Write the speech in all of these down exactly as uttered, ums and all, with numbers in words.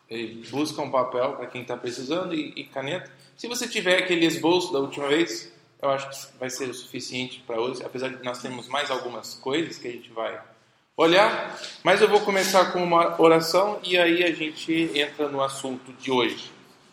E busca um papel para quem está precisando e, e caneta. Se você tiver aquele esboço da última vez, eu acho que vai ser o suficiente para hoje, apesar de nós termos mais algumas coisas que a gente vai olhar. Mas eu vou começar com uma oração e aí a gente entra no assunto de hoje.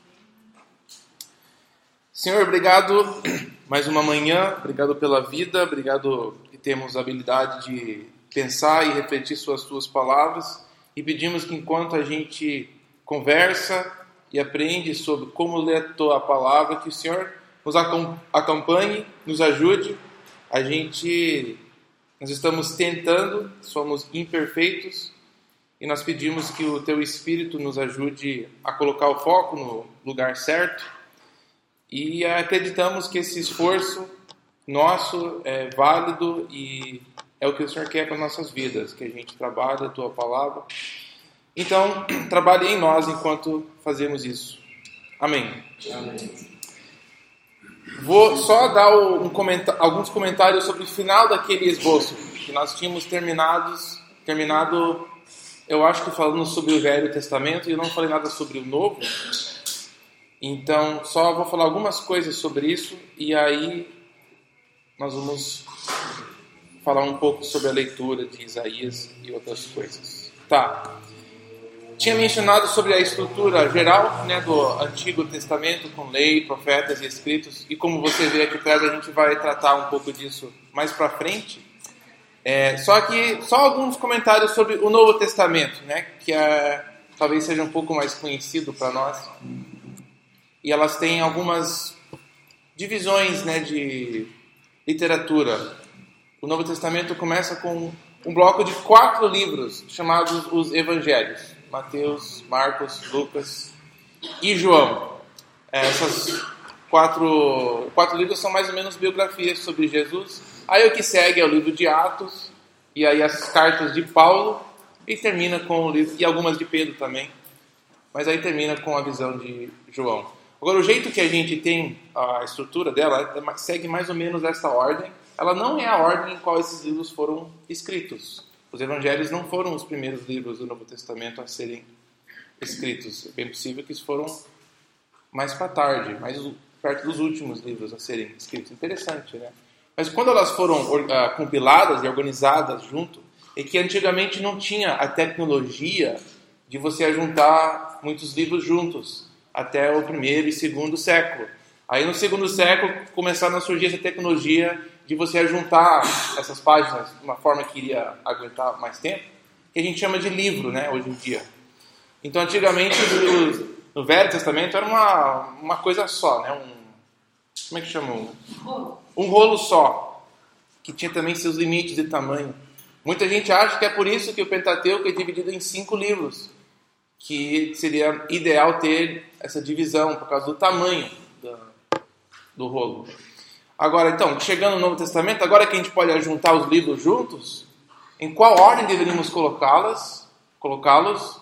Senhor, obrigado mais uma manhã, obrigado pela vida, obrigado que temos a habilidade de pensar e refletir sobre as tuas palavras e pedimos que enquanto a gente conversa e aprende sobre como ler a tua palavra, que o Senhor nos acompanhe, nos ajude. A gente, nós estamos tentando, somos imperfeitos e nós pedimos que o teu Espírito nos ajude a colocar o foco no lugar certo e acreditamos que esse esforço nosso é válido e é o que o Senhor quer para as nossas vidas, que a gente trabalhe a tua palavra. Então, trabalhe em nós enquanto fazemos isso. Amém. Amém. Vou só dar um comentar, alguns comentários sobre o final daquele esboço, que nós tínhamos terminados, terminado, eu acho que falando sobre o Velho Testamento, e eu não falei nada sobre o Novo. Então, só vou falar algumas coisas sobre isso, e aí nós vamos falar um pouco sobre a leitura de Isaías e outras coisas. Tá. Tinha mencionado sobre a estrutura geral, né, do Antigo Testamento, com lei, profetas e escritos, e como você vê aqui atrás, a gente vai tratar um pouco disso mais para frente. É, só que, só alguns comentários sobre o Novo Testamento, né, que é, talvez seja um pouco mais conhecido para nós. E elas têm algumas divisões, né, de literatura. O Novo Testamento começa com um bloco de quatro livros, chamados os Evangelhos. Mateus, Marcos, Lucas e João. Essas quatro, quatro livros são mais ou menos biografias sobre Jesus. Aí o que segue é o livro de Atos, e aí as cartas de Paulo, e termina com o livro, e algumas de Pedro também, mas aí termina com a visão de João. Agora, o jeito que a gente tem a estrutura dela segue mais ou menos essa ordem. Ela não é a ordem em qual esses livros foram escritos. Os evangelhos não foram os primeiros livros do Novo Testamento a serem escritos. É bem possível que isso foram mais para tarde, mais perto dos últimos livros a serem escritos. Interessante, né? Mas quando elas foram uh, compiladas e organizadas junto, é que antigamente não tinha a tecnologia de você ajuntar muitos livros juntos, até o primeiro e segundo século. Aí no segundo século começaram a surgir essa tecnologia de você ajuntar essas páginas de uma forma que iria aguentar mais tempo, que a gente chama de livro, né, hoje em dia. Então, antigamente, no, no Velho Testamento era uma, uma coisa só, né, um, como é que chama? Um, um rolo só, que tinha também seus limites de tamanho. Muita gente acha que é por isso que o Pentateuco é dividido em cinco livros, que seria ideal ter essa divisão, por causa do tamanho do, do rolo. Agora, então, chegando no Novo Testamento, agora que a gente pode juntar os livros juntos, em qual ordem deveríamos colocá-las, colocá-los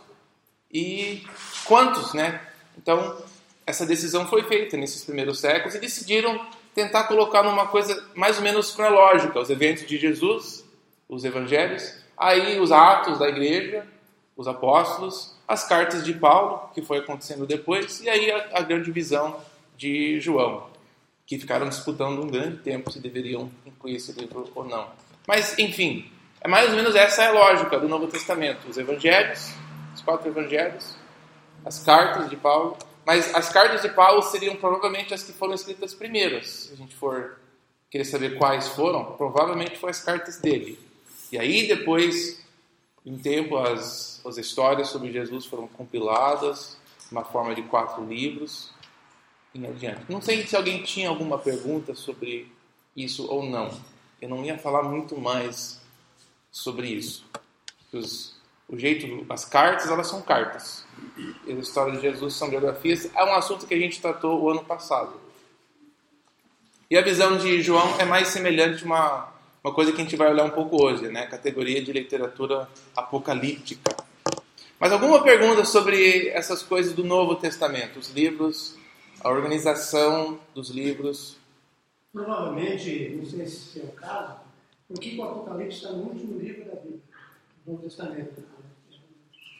e quantos, né? Então, essa decisão foi feita nesses primeiros séculos e decidiram tentar colocar numa coisa mais ou menos cronológica, os eventos de Jesus, os evangelhos, aí os atos da igreja, os apóstolos, as cartas de Paulo, que foi acontecendo depois, e aí a, a grande visão de João, que ficaram disputando um grande tempo se deveriam incluir esse livro ou não. Mas, enfim, é mais ou menos essa é a lógica do Novo Testamento. Os evangelhos, os quatro evangelhos, as cartas de Paulo, mas as cartas de Paulo seriam provavelmente as que foram escritas primeiras. Se a gente for querer saber quais foram, provavelmente foram as cartas dele. E aí depois, em tempo, as, as histórias sobre Jesus foram compiladas uma forma de quatro livros em adiante. Não sei se alguém tinha alguma pergunta sobre isso ou não. Eu não ia falar muito mais sobre isso. Os, o jeito, as cartas, elas são cartas. E as histórias de Jesus são biografias. É um assunto que a gente tratou o ano passado. E a visão de João é mais semelhante a uma, uma coisa que a gente vai olhar um pouco hoje, né? Categoria de literatura apocalíptica. Mas alguma pergunta sobre essas coisas do Novo Testamento? Os livros, a organização dos livros? Provavelmente, não sei se é o caso, porque o Apocalipse está no último livro da Bíblia, do Novo Testamento.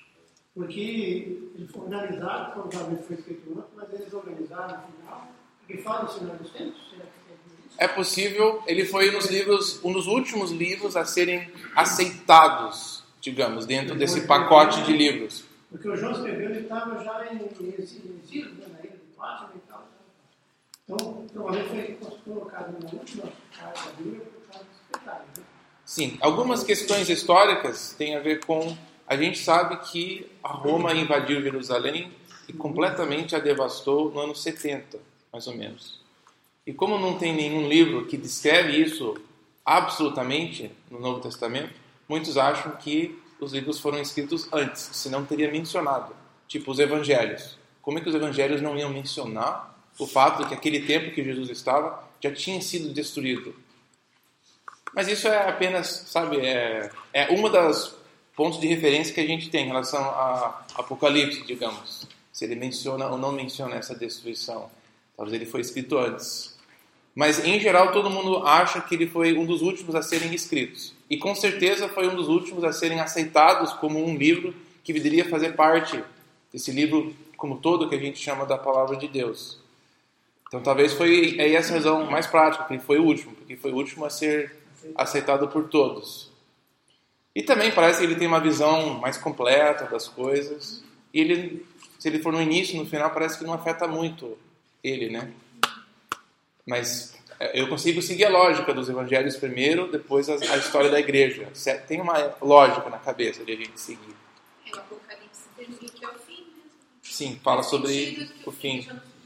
Porque ele foi organizado, provavelmente foi escrito antes, mas eles organizaram no final, porque fala o Senhor dos Tempos. Será que é isso? É possível, ele foi um dos livros, um dos últimos livros a serem aceitados, digamos, dentro desse pacote de livros. Porque o João escreveu, ele estava já em exílio, né, na ilha de Fátima e tal. Então, provavelmente foi colocado na última parte da Bíblia por causa dos pecados. Né? Sim, algumas questões históricas têm a ver com... A gente sabe que a Roma invadiu Jerusalém e completamente a devastou no ano setenta, mais ou menos. E como não tem nenhum livro que descreve isso absolutamente no Novo Testamento, muitos acham que os livros foram escritos antes, senão teria mencionado, tipo os evangelhos. Como é que os evangelhos não iam mencionar o fato de que aquele tempo que Jesus estava já tinha sido destruído? Mas isso é apenas, sabe, é, é uma das pontos de referência que a gente tem em relação a Apocalipse, digamos. Se ele menciona ou não menciona essa destruição. Talvez ele foi escrito antes. Mas, em geral, todo mundo acha que ele foi um dos últimos a serem escritos. E, com certeza, foi um dos últimos a serem aceitados como um livro que deveria fazer parte desse livro como todo que a gente chama da Palavra de Deus. Então, talvez foi é essa a razão mais prática, porque ele foi o último, porque foi o último a ser aceitado por todos. E também parece que ele tem uma visão mais completa das coisas. E ele, se ele for no início, no final, parece que não afeta muito ele, né? Mas eu consigo seguir a lógica dos evangelhos primeiro, depois a, a história da igreja. Tem uma lógica na cabeça de a gente seguir. É, o Apocalipse termina que é o fim mesmo. Sim, fala sobre o fim.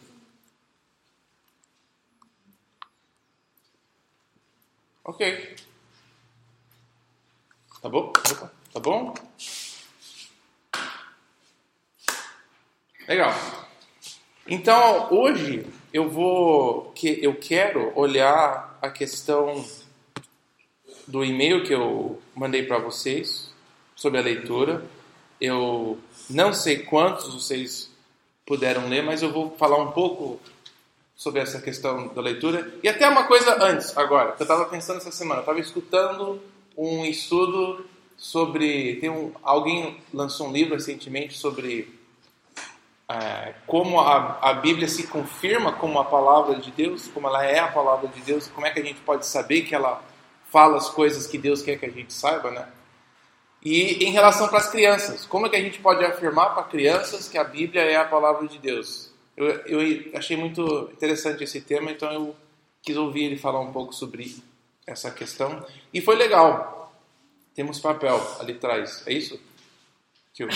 Ok. Tá bom? Tá bom? Legal. Então, hoje eu vou, que eu quero olhar a questão do e-mail que eu mandei para vocês sobre a leitura. Eu não sei quantos vocês puderam ler, mas eu vou falar um pouco sobre essa questão da leitura. E até uma coisa antes, agora, que eu estava pensando essa semana. Eu estava escutando um estudo sobre... Tem um, alguém lançou um livro recentemente sobre... É, como a, a Bíblia se confirma como a palavra de Deus, como ela é a palavra de Deus, como é que a gente pode saber que ela fala as coisas que Deus quer que a gente saiba, né? E em relação para as crianças, como é que a gente pode afirmar para crianças que a Bíblia é a palavra de Deus? Eu, eu achei muito interessante esse tema, então eu quis ouvir ele falar um pouco sobre essa questão. E foi legal. Temos papel ali atrás, é isso? Tio?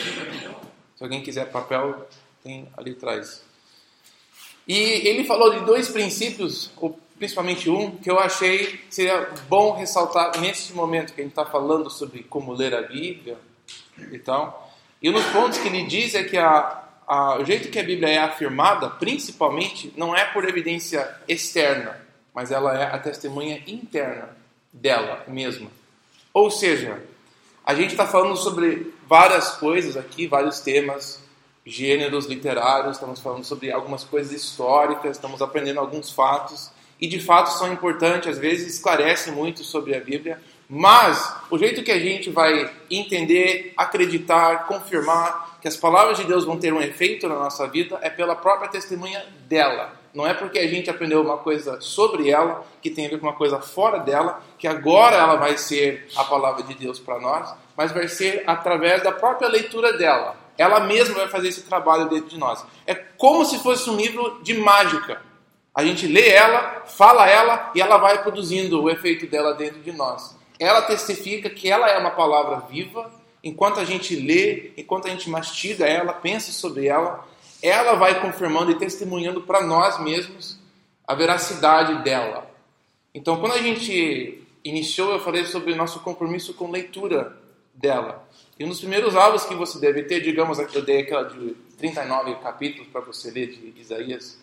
Se alguém quiser papel, tem ali atrás. E ele falou de dois princípios, ou principalmente um, que eu achei que seria bom ressaltar nesse momento que a gente está falando sobre como ler a Bíblia e tal. E um dos pontos que ele diz é que a, a, o jeito que a Bíblia é afirmada, principalmente, não é por evidência externa, mas ela é a testemunha interna dela mesma. Ou seja, a gente está falando sobre várias coisas aqui, vários temas, gêneros literários, estamos falando sobre algumas coisas históricas, estamos aprendendo alguns fatos, e de fato são importantes, às vezes esclarecem muito sobre a Bíblia, mas o jeito que a gente vai entender, acreditar, confirmar que as palavras de Deus vão ter um efeito na nossa vida é pela própria testemunha dela. Não é porque a gente aprendeu uma coisa sobre ela, que tem a ver com uma coisa fora dela, que agora ela vai ser a palavra de Deus para nós, mas vai ser através da própria leitura dela. Ela mesma vai fazer esse trabalho dentro de nós. É como se fosse um livro de mágica. A gente lê ela, fala ela, e ela vai produzindo o efeito dela dentro de nós. Ela testifica que ela é uma palavra viva, enquanto a gente lê, enquanto a gente mastiga ela, pensa sobre ela, ela vai confirmando e testemunhando para nós mesmos a veracidade dela. Então, quando a gente iniciou, eu falei sobre o nosso compromisso com leitura dela. E um dos primeiros aulas que você deve ter, digamos, eu dei aquela de trinta e nove capítulos para você ler de Isaías.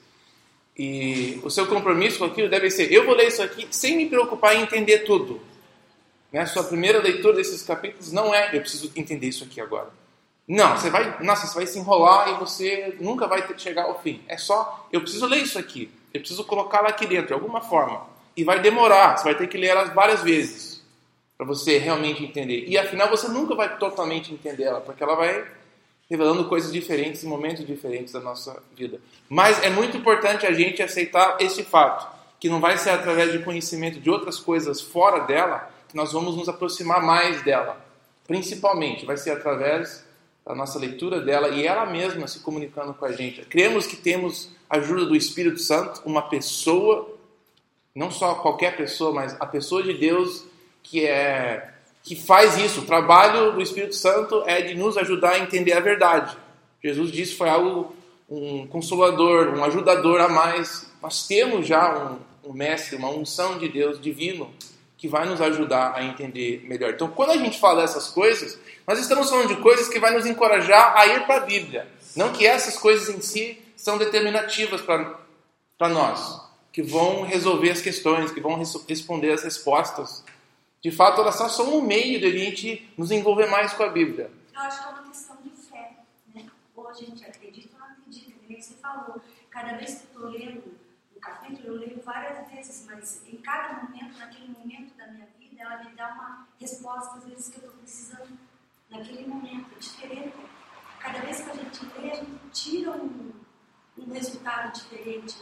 E o seu compromisso com aquilo deve ser, eu vou ler isso aqui sem me preocupar em entender tudo. Né? Sua primeira leitura desses capítulos não é, eu preciso entender isso aqui agora. Não, você vai, nossa, você vai se enrolar e você nunca vai ter, chegar ao fim. É só, eu preciso ler isso aqui. Eu preciso colocá-la aqui dentro, de alguma forma. E vai demorar, você vai ter que ler elas várias vezes para você realmente entender. E afinal, você nunca vai totalmente entender ela, porque ela vai revelando coisas diferentes em momentos diferentes da nossa vida. Mas é muito importante a gente aceitar esse fato, que não vai ser através de conhecimento de outras coisas fora dela que nós vamos nos aproximar mais dela. Principalmente, vai ser através da nossa leitura dela e ela mesma se comunicando com a gente. Cremos que temos a ajuda do Espírito Santo, uma pessoa, não só qualquer pessoa, mas a pessoa de Deus que é que faz isso. O trabalho do Espírito Santo é de nos ajudar a entender a verdade. Jesus disse que foi algo, um consolador, um ajudador a mais. Nós temos já um, um mestre, uma unção de Deus divino que vai nos ajudar a entender melhor. Então, quando a gente fala dessas coisas, nós estamos falando de coisas que vai nos encorajar a ir para a Bíblia. Não que essas coisas em si são determinativas para nós, que vão resolver as questões, que vão res- responder as respostas. De fato, elas só são um meio de a gente nos envolver mais com a Bíblia. Eu acho que é uma questão de fé, né? Ou a gente acredita ou não acredita, que nem você falou. Cada vez que eu estou lendo o capítulo, eu leio várias vezes, mas em cada momento, naquele momento da minha vida, ela me dá uma resposta, às vezes, que eu estou precisando naquele momento, é diferente. Cada vez que a gente lê, a gente tira um, um resultado diferente,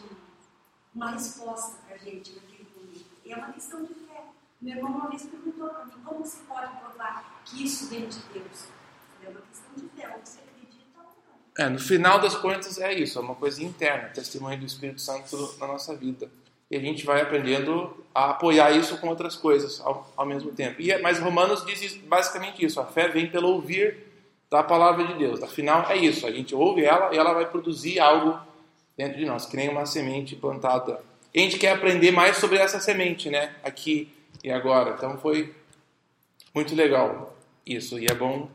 uma resposta para a gente naquele momento. E é uma questão de fé. Meu irmão uma vez perguntou para mim, como você pode provar que isso vem de Deus? É uma questão de fé, ou você acredita ou não. É, no final das contas é isso, é uma coisa interna, testemunho do Espírito Santo na nossa vida. E a gente vai aprendendo a apoiar isso com outras coisas ao, ao mesmo tempo. E, mas Romanos diz basicamente isso, a fé vem pelo ouvir da palavra de Deus. Afinal, é isso, a gente ouve ela e ela vai produzir algo dentro de nós, que nem uma semente plantada. E a gente quer aprender mais sobre essa semente, né, aqui e agora. Então foi muito legal isso, e é bom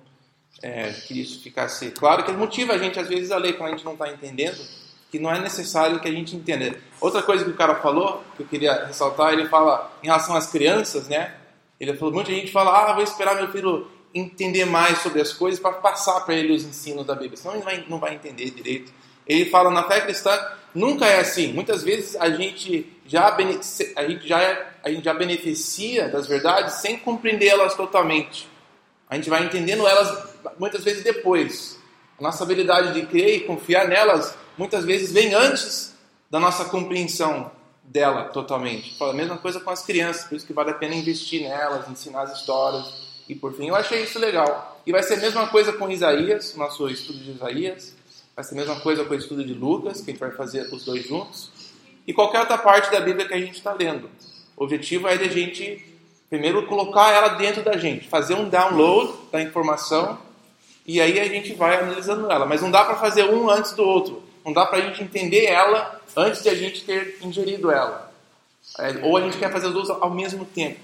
é, que isso ficasse claro, que motiva a gente às vezes a ler quando a gente não está entendendo, que não é necessário que a gente entenda. Outra coisa que o cara falou, que eu queria ressaltar, ele fala em relação às crianças, né? Ele falou, muita gente fala, ah, vou esperar meu filho entender mais sobre as coisas para passar para ele os ensinos da Bíblia, senão ele vai, não vai entender direito. Ele fala, na fé cristã, nunca é assim. Muitas vezes a gente já, a gente já, a gente já beneficia das verdades sem compreendê-las totalmente. A gente vai entendendo elas muitas vezes depois. A nossa habilidade de crer e confiar nelas muitas vezes vem antes da nossa compreensão dela totalmente. Fala a mesma coisa com as crianças, por isso que vale a pena investir nelas, ensinar as histórias. E por fim, eu achei isso legal. E vai ser a mesma coisa com Isaías, nosso estudo de Isaías. Vai ser a mesma coisa com o estudo de Lucas, que a gente vai fazer os dois juntos. E qualquer outra parte da Bíblia que a gente está lendo. O objetivo é de a gente, primeiro, colocar ela dentro da gente. Fazer um download da informação. E aí a gente vai analisando ela. Mas não dá para fazer um antes do outro. Não dá para a gente entender ela antes de a gente ter ingerido ela. É, ou a gente quer fazer os dois ao mesmo tempo.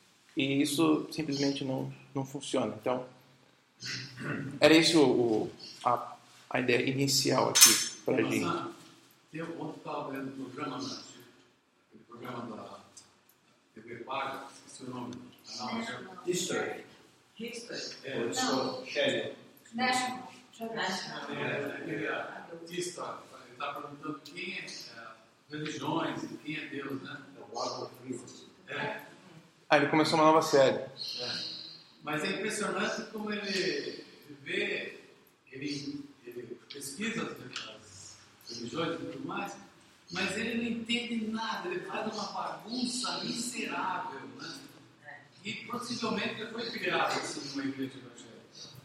E isso simplesmente não, não funciona. Então, era esse o, o, a, a ideia inicial aqui para a gente. Eu ontem estava vendo o programa, o programa da T V Paga, esqueci o nome do canal. History. History. É, Eu sou Shelley. National. National. É, aquele artista, ele está perguntando quem é, é religiões e quem é Deus, né? O Gordon Freeman. É. Ah, ele começou uma nova série. É. Mas é impressionante como ele, ele vê, ele, ele pesquisa as religiões e tudo mais, mas ele não entende nada, ele faz uma bagunça miserável, né? E possivelmente ele foi criado assim numa igreja evangélica.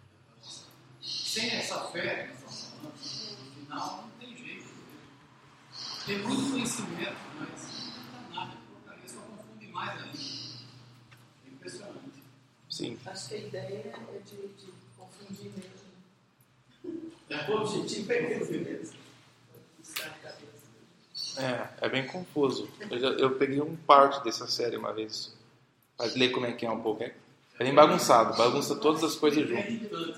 Sem essa fé que nós estamos falando, no final não tem jeito. Tem muito conhecimento, mas não dá nada, porcaria, só confunde mais ainda. É impressionante. Sim. Acho que a ideia é de, de confundir mesmo. É O objetivo é esse mesmo. Buscar a cabeça. É, é bem confuso. Eu, já, eu peguei um parte dessa série uma vez. Para ler como é que é um pouco. É bem bagunçado. Bagunça todas as coisas juntas.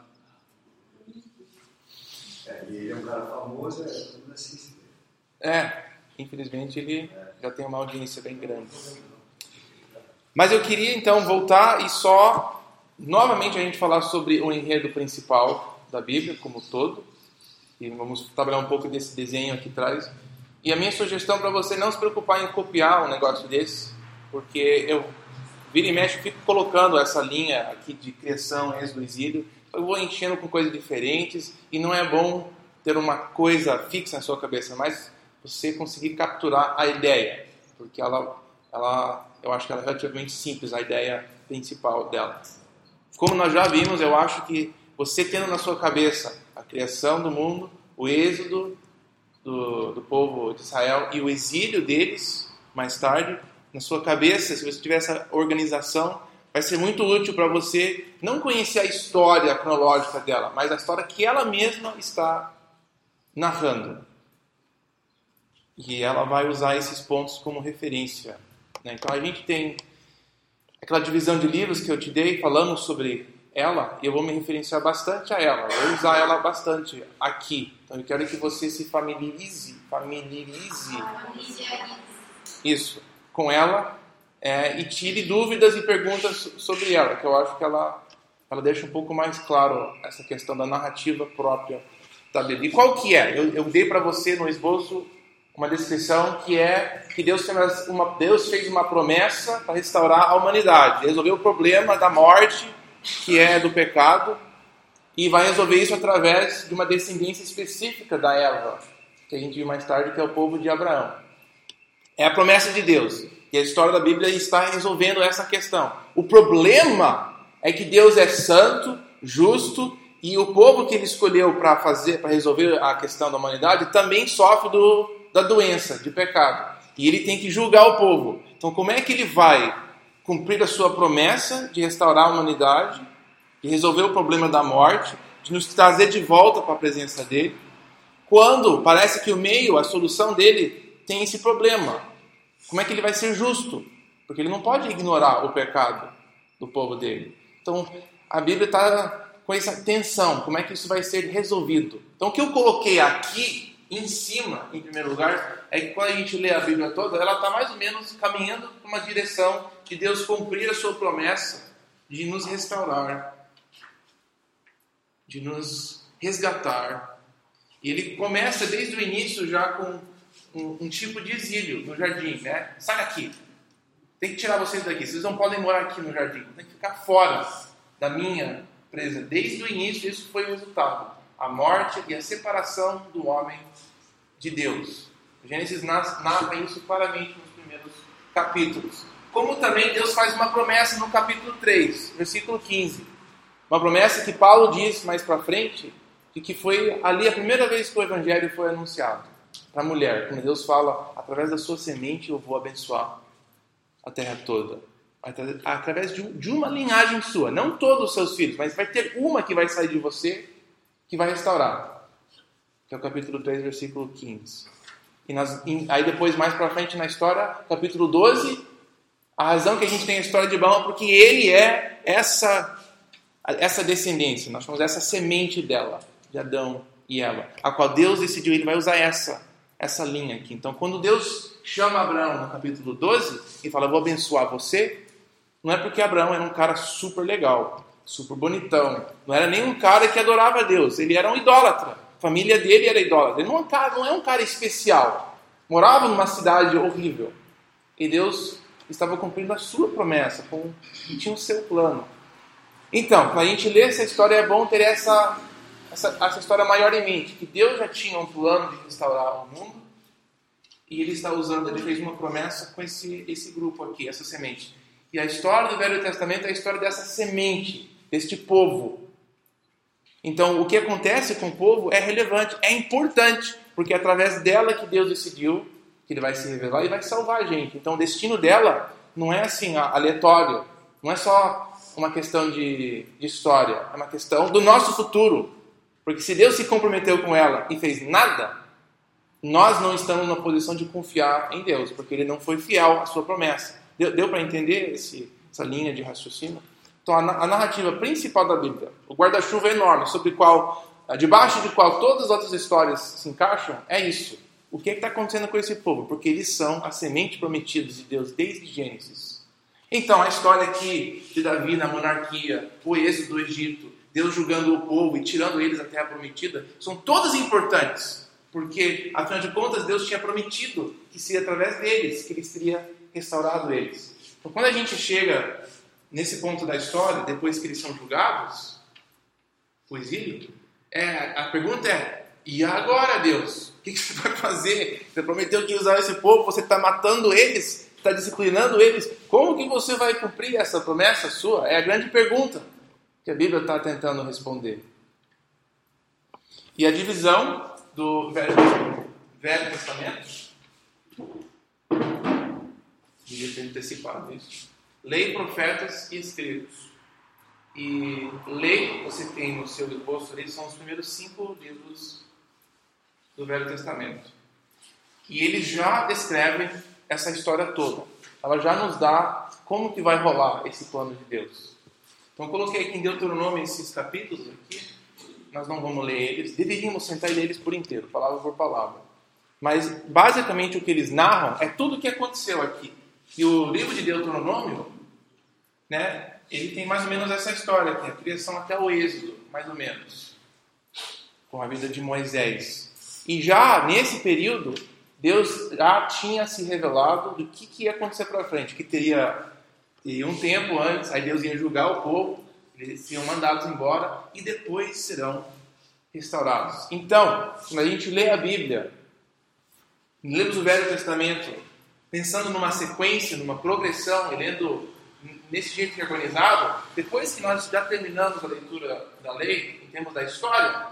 É, e ele é um cara famoso, é tudo assim. É, infelizmente ele já tem uma audiência bem grande. Mas eu queria então voltar e só novamente a gente falar sobre o enredo principal da Bíblia como um todo. E vamos trabalhar um pouco desse desenho aqui atrás. E a minha sugestão para você não se preocupar em copiar um negócio desse, porque eu vira e mexe fico colocando essa linha aqui de criação, êxodo, exílio, eu vou enchendo com coisas diferentes, e não é bom ter uma coisa fixa na sua cabeça, mas você conseguir capturar a ideia, porque ela, ela, eu acho que ela é relativamente simples, a ideia principal dela. Como nós já vimos, eu acho que você tendo na sua cabeça a criação do mundo, o êxodo do, do povo de Israel e o exílio deles, mais tarde, na sua cabeça, se você tiver essa organização, vai ser muito útil para você não conhecer a história cronológica dela, mas a história que ela mesma está narrando. E ela vai usar esses pontos como referência. Né? Então a gente tem aquela divisão de livros que eu te dei falando sobre ela, e eu vou me referenciar bastante a ela. Eu vou usar ela bastante aqui. Então eu quero que você se familiarize, familiarize, isso, com ela, é, e tire dúvidas e perguntas sobre ela, que eu acho que ela, ela deixa um pouco mais claro essa questão da narrativa própria da Bíblia. E qual que é? Eu, eu dei para você no esboço uma descrição que é que Deus fez uma, Deus fez uma promessa para restaurar a humanidade, resolver o problema da morte, que é do pecado, e vai resolver isso através de uma descendência específica da Eva, que a gente viu mais tarde, que é o povo de Abraão. É a promessa de Deus, e a história da Bíblia está resolvendo essa questão. O problema é que Deus é santo, justo, e o povo que ele escolheu para fazer, para resolver a questão da humanidade, também sofre do, da doença, de pecado. E ele tem que julgar o povo. Então, como é que ele vai cumprir a sua promessa de restaurar a humanidade, de resolver o problema da morte, de nos trazer de volta para a presença dele, quando parece que o meio, a solução dele, tem esse problema? Como é que ele vai ser justo? Porque ele não pode ignorar o pecado do povo dele. Então, a Bíblia está com essa tensão, como é que isso vai ser resolvido? Então, o que eu coloquei aqui, em cima, em primeiro lugar, é que quando a gente lê a Bíblia toda, ela está mais ou menos caminhando para uma direção de Deus cumprir a sua promessa de nos restaurar, de nos resgatar. E ele começa desde o início já com um, um tipo de exílio no jardim, né? Sai daqui, tem que tirar vocês daqui, vocês não podem morar aqui no jardim, tem que ficar fora da minha presa. Desde o início isso foi o resultado, a morte e a separação do homem de Deus. Gênesis narra isso claramente nos primeiros capítulos. Como também Deus faz uma promessa no capítulo três, versículo quinze. Uma promessa que Paulo diz mais para frente, e que foi ali a primeira vez que o evangelho foi anunciado para a mulher. Quando Deus fala, através da sua semente eu vou abençoar a terra toda. Através de uma linhagem sua, não todos os seus filhos, mas vai ter uma que vai sair de você que vai restaurar. Que é o capítulo três, versículo quinze. E nós, aí depois, mais para frente na história, capítulo doze, a razão que a gente tem a história de Abraão é porque ele é essa, essa descendência, nós chamamos essa semente dela, de Adão e Eva, a qual Deus decidiu, ele vai usar essa, essa linha aqui. Então, quando Deus chama Abraão no capítulo doze e fala, vou abençoar você, não é porque Abraão era um cara super legal, super bonitão, não era nem um cara que adorava a Deus, ele era um idólatra. A família dele era idólatra. Ele não é, um cara, não é um cara especial. Morava numa cidade horrível. E Deus estava cumprindo a sua promessa. Com, e tinha o seu plano. Então, para a gente ler essa história, é bom ter essa, essa, essa história maior em mente. Que Deus já tinha um plano de restaurar o mundo. E Ele está usando, Ele fez uma promessa com esse, esse grupo aqui, essa semente. E a história do Velho Testamento é a história dessa semente, deste povo. Então, o que acontece com o povo é relevante, é importante, porque é através dela que Deus decidiu que Ele vai se revelar e vai salvar a gente. Então, o destino dela não é assim, aleatório, não é só uma questão de, de história, é uma questão do nosso futuro. Porque se Deus se comprometeu com ela e fez nada, nós não estamos na posição de confiar em Deus, porque Ele não foi fiel à sua promessa. Deu, deu para entender esse, essa linha de raciocínio? Então, a narrativa principal da Bíblia, o guarda-chuva enorme, sobre qual, debaixo de qual todas as outras histórias se encaixam, é isso. O que está acontecendo com esse povo? Porque eles são a semente prometida de Deus desde Gênesis. Então, a história aqui de Davi na monarquia, o êxodo do Egito, Deus julgando o povo e tirando eles da terra prometida, são todas importantes. Porque, afinal de contas, Deus tinha prometido que seria através deles que Ele teria restaurado eles. Então, quando a gente chega nesse ponto da história, depois que eles são julgados, o exílio? É, a pergunta é, e agora, Deus? O que você vai fazer? Você prometeu que ia usar esse povo, você está matando eles, está disciplinando eles. Como que você vai cumprir essa promessa sua? É a grande pergunta que a Bíblia está tentando responder. E a divisão do Velho, Velho Testamento, devia ter antecipado isso, lei, profetas e escritos. E lei, você tem no seu esboço ali, são os primeiros cinco livros do Velho Testamento. E ele já descreve essa história toda. Ela já nos dá como que vai rolar esse plano de Deus. Então eu coloquei aqui em Deuteronômio esses capítulos aqui. Nós não vamos ler eles. Deveríamos sentar e ler eles por inteiro, palavra por palavra. Mas basicamente o que eles narram é tudo o que aconteceu aqui. E o livro de Deuteronômio, né, ele tem mais ou menos essa história aqui, a criação até o Êxodo, mais ou menos, com a vida de Moisés. E já nesse período, Deus já tinha se revelado do que, que ia acontecer para frente, que teria, teria um tempo antes, aí Deus ia julgar o povo, eles seriam mandados embora e depois serão restaurados. Então, quando a gente lê a Bíblia, lemos o Velho Testamento, pensando numa sequência, numa progressão, e lendo nesse jeito que é organizado, depois que nós já terminamos a leitura da lei, em termos da história,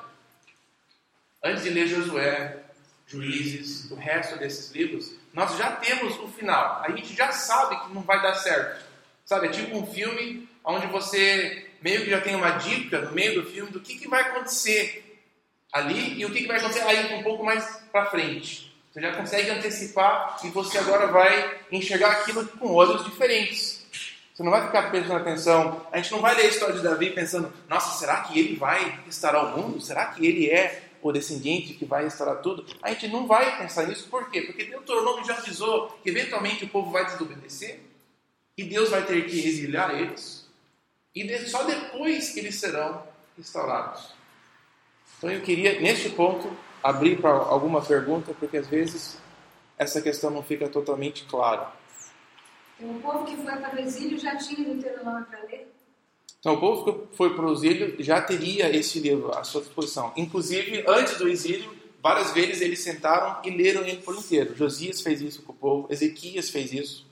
antes de ler Josué, Juízes, o resto desses livros, nós já temos o final. A gente já sabe que não vai dar certo. Sabe, é tipo um filme onde você meio que já tem uma dica no meio do filme do que, que vai acontecer ali e o que, que vai acontecer aí um pouco mais para frente. Você já consegue antecipar e você agora vai enxergar aquilo com olhos diferentes. Você não vai ficar prestando atenção. A gente não vai ler a história de Davi pensando, nossa, será que ele vai restaurar o mundo? Será que ele é o descendente que vai restaurar tudo? A gente não vai pensar nisso. Por quê? Porque Deuteronômio já avisou que eventualmente o povo vai desobedecer e Deus vai ter que exiliar eles. E só depois que eles serão restaurados. Então eu queria, neste ponto, abrir para alguma pergunta, porque às vezes essa questão não fica totalmente clara. Então, o povo que foi para o exílio já tinha Deuteronômio para ler? Então, o povo que foi para o exílio já teria esse livro à sua disposição. Inclusive, antes do exílio, várias vezes eles sentaram e leram ele por inteiro. Josias fez isso com o povo, Ezequias fez isso.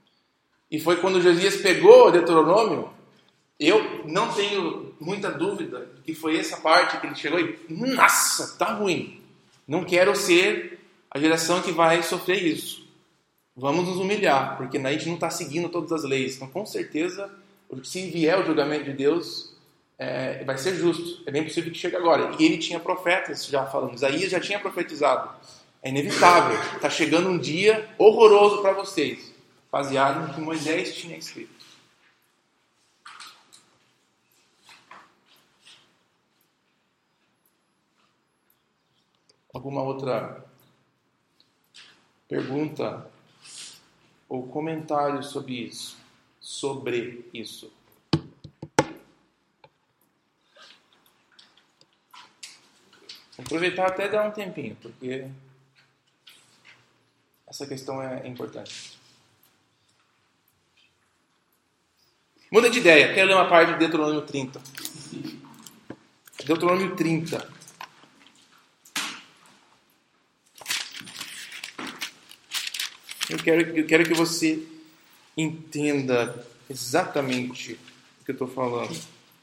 E foi quando Josias pegou o Deuteronômio, eu não tenho muita dúvida que foi essa parte que ele chegou e, nossa, tá ruim. Não quero ser a geração que vai sofrer isso. Vamos nos humilhar, porque a gente não está seguindo todas as leis. Então, com certeza, se vier o julgamento de Deus, é, vai ser justo. É bem possível que chegue agora. E ele tinha profetas já falando. Isaías já tinha profetizado. É inevitável. Está chegando um dia horroroso para vocês, baseado no que Moisés tinha escrito. Alguma outra pergunta ou comentário sobre isso? Sobre isso. Vou aproveitar até dar um tempinho, porque essa questão é importante. Muda de ideia. Quero ler uma parte de Deuteronômio trinta. Deuteronômio trinta. Eu quero, eu quero que você entenda exatamente o que eu estou falando.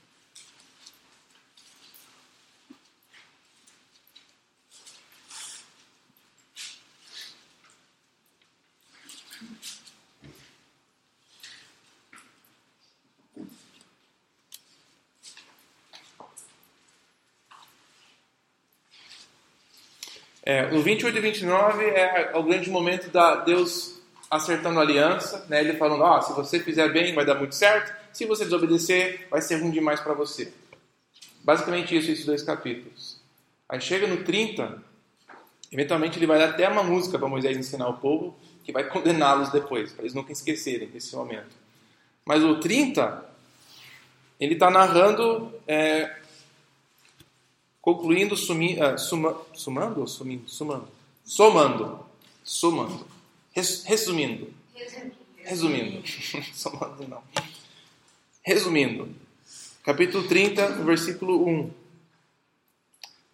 É, no vinte e oito e vinte e nove é o grande momento da Deus acertando a aliança, né? Ele falando, ah, se você fizer bem vai dar muito certo, se você desobedecer vai ser ruim demais para você. Basicamente isso, esses dois capítulos. Aí chega no trinta, eventualmente ele vai dar até uma música para Moisés ensinar o povo, que vai condená-los depois, para eles nunca esquecerem desse momento. Mas o trinta, ele está narrando... É, concluindo, sumi, uh, suma, sumando ou sumindo? Sumando. Somando. Somando. Res, resumindo. Resumindo. Somando não. Resumindo. Capítulo trinta, versículo um.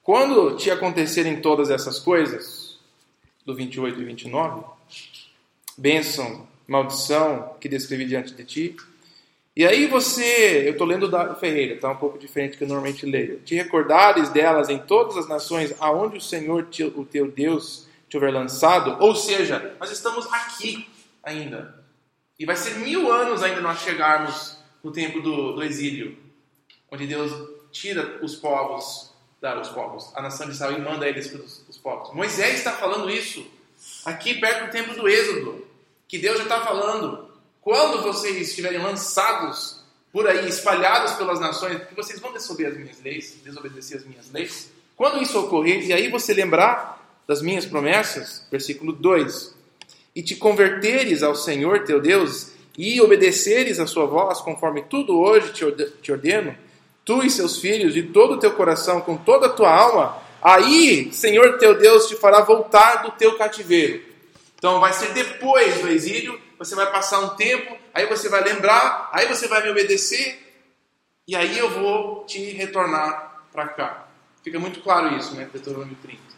Quando te acontecerem todas essas coisas, do vinte e oito e vinte e nove, bênção, maldição que descrevi diante de ti, e aí você, eu estou lendo da Ferreira, está um pouco diferente do que eu normalmente leio, te recordares delas em todas as nações aonde o Senhor, o teu Deus, te houver lançado, ou seja, nós estamos aqui ainda, e vai ser mil anos ainda nós chegarmos no tempo do, do exílio, onde Deus tira os povos, da, os povos, a nação de Israel e manda eles para os, os povos. Moisés está falando isso aqui perto do tempo do Êxodo, que Deus já está falando, quando vocês estiverem lançados por aí, espalhados pelas nações, porque vocês vão desobedecer as minhas leis, desobedecer as minhas leis, quando isso ocorrer, e aí você lembrar das minhas promessas, versículo dois, e te converteres ao Senhor teu Deus, e obedeceres a sua voz, conforme tudo hoje te ordeno, tu e seus filhos, de todo o teu coração, com toda a tua alma, aí, Senhor teu Deus, te fará voltar do teu cativeiro. Então vai ser depois do exílio, você vai passar um tempo, aí você vai lembrar, aí você vai me obedecer, e aí eu vou te retornar para cá. Fica muito claro isso, né? Deuteronômio trinta.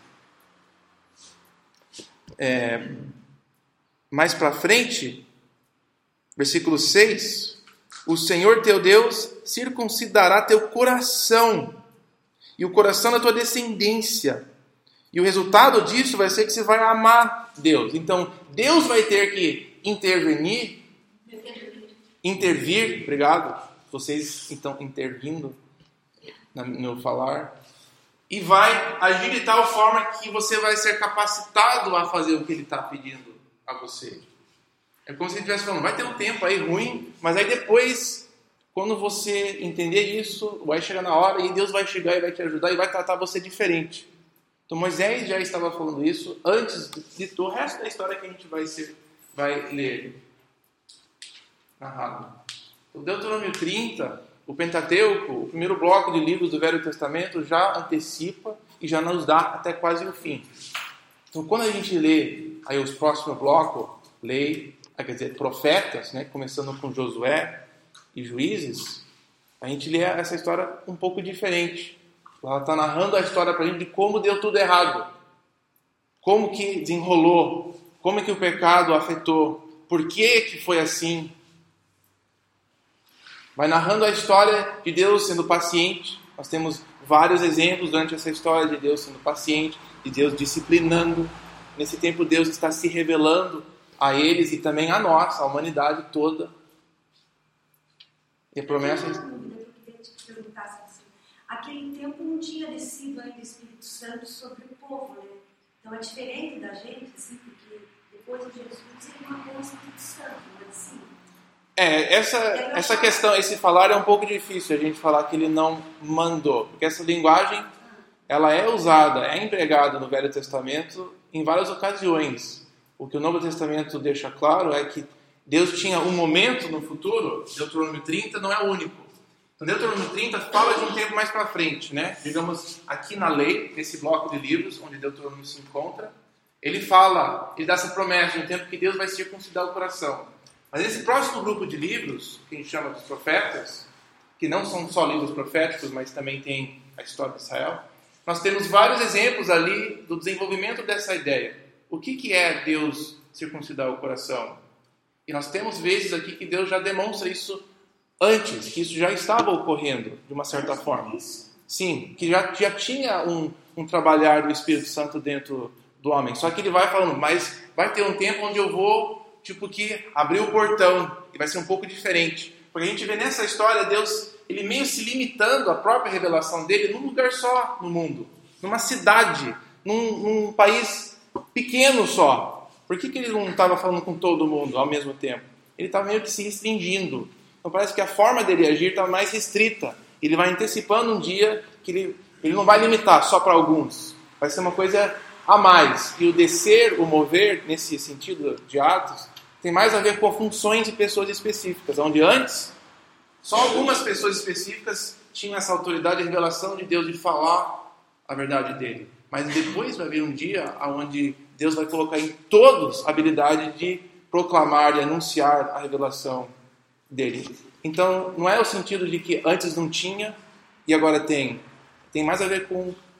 É, mais para frente, versículo seis, o Senhor teu Deus circuncidará teu coração e o coração da tua descendência. E o resultado disso vai ser que você vai amar Deus. Então, Deus vai ter que intervenir, intervir, obrigado, vocês estão intervindo no meu falar, e vai agir de tal forma que você vai ser capacitado a fazer o que Ele está pedindo a você. É como se Ele estivesse falando, vai ter um tempo aí ruim, mas aí depois, quando você entender isso, vai chegar na hora e Deus vai chegar e vai te ajudar e vai tratar você diferente. Então Moisés já estava falando isso antes de, do resto da história que a gente vai, ser, vai ler narrado. O Deuteronômio trinta, o Pentateuco, o primeiro bloco de livros do Velho Testamento, já antecipa e já nos dá até quase o fim. Então quando a gente lê aí os próximos blocos, lei, quer dizer, profetas, né, começando com Josué e Juízes, a gente lê essa história um pouco diferente. Ela está narrando a história para a gente de como deu tudo errado, como que desenrolou, como é que o pecado afetou, por que que foi assim. Vai narrando a história de Deus sendo paciente. Nós temos vários exemplos durante essa história de Deus sendo paciente, de Deus disciplinando. Nesse tempo Deus está se revelando a eles e também a nós, a humanidade toda. E a promessa... Uma dúvida que eu queria te perguntar, assim, aquele tempo não tinha descido ainda o Espírito Santo sobre o povo, né? Então é diferente da gente, assim, porque depois de Jesus ele mandou o Espírito Santo, não é assim? É, essa, essa questão, esse falar é um pouco difícil a gente falar que ele não mandou, porque essa linguagem, ela é usada, é empregada no Velho Testamento em várias ocasiões. O que o Novo Testamento deixa claro é que Deus tinha um momento no futuro, Deuteronômio trinta não é o único. Então, Deuteronômio trinta fala de um tempo mais para frente, né? Digamos, aqui na lei, nesse bloco de livros, onde Deuteronômio se encontra, ele fala, ele dá essa promessa de um tempo que Deus vai circuncidar o coração. Mas esse próximo grupo de livros, que a gente chama dos profetas, que não são só livros proféticos, mas também tem a história de Israel, nós temos vários exemplos ali do desenvolvimento dessa ideia. O que, que é Deus circuncidar o coração? E nós temos vezes aqui que Deus já demonstra isso antes, que isso já estava ocorrendo, de uma certa forma. Sim, que já, já tinha um, um trabalhar do Espírito Santo dentro do homem. Só que ele vai falando, mas vai ter um tempo onde eu vou... tipo que abrir o portão, e vai ser um pouco diferente. Porque a gente vê nessa história Deus, ele meio se limitando à própria revelação dele num lugar só no mundo, numa cidade, num, num país pequeno só. Por que, que ele não estava falando com todo mundo ao mesmo tempo? Ele estava meio que se restringindo. Então parece que a forma dele agir estava mais restrita. Ele vai antecipando um dia que ele, ele não vai limitar só para alguns. Vai ser uma coisa a mais. E o descer, o mover, nesse sentido de Atos, tem mais a ver com funções de pessoas específicas, onde antes só algumas pessoas específicas tinham essa autoridade e revelação de Deus de falar a verdade dele. Mas depois vai vir um dia onde Deus vai colocar em todos a habilidade de proclamar e anunciar a revelação dele. Então não é o sentido de que antes não tinha e agora tem. Tem mais a ver com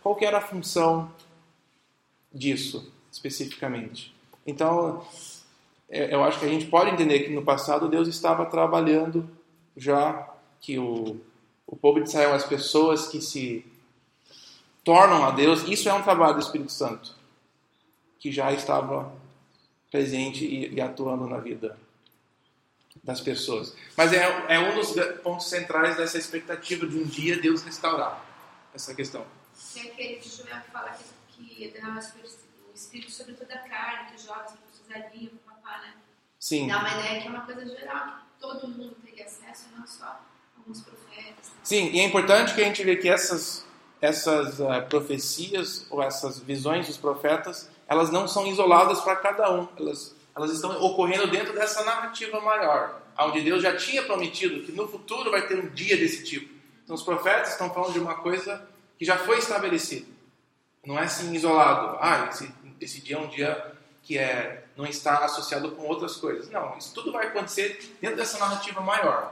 qual que era a função disso, especificamente. Então, eu acho que a gente pode entender que no passado Deus estava trabalhando já que o, o povo de Israel, as pessoas que se tornam a Deus, isso é um trabalho do Espírito Santo, que já estava presente e, e atuando na vida das pessoas. Mas é, é um dos pontos centrais dessa expectativa de um dia Deus restaurar essa questão. Tem aquele de Joel que fala que, que dá o Espírito sobre toda a carne, que joga as pessoas ali, o papá, né? Sim. Dá uma ideia que é uma coisa geral, que todo mundo teria acesso, não só alguns profetas. Sim, e é importante que a gente veja que essas, essas uh, profecias ou essas visões dos profetas, elas não são isoladas para cada um. Elas, elas estão ocorrendo dentro dessa narrativa maior, onde Deus já tinha prometido que no futuro vai ter um dia desse tipo. Então os profetas estão falando de uma coisa que já foi estabelecida. Não é assim isolado. Ah, esse, esse dia é um dia que é, não está associado com outras coisas. Não, isso tudo vai acontecer dentro dessa narrativa maior.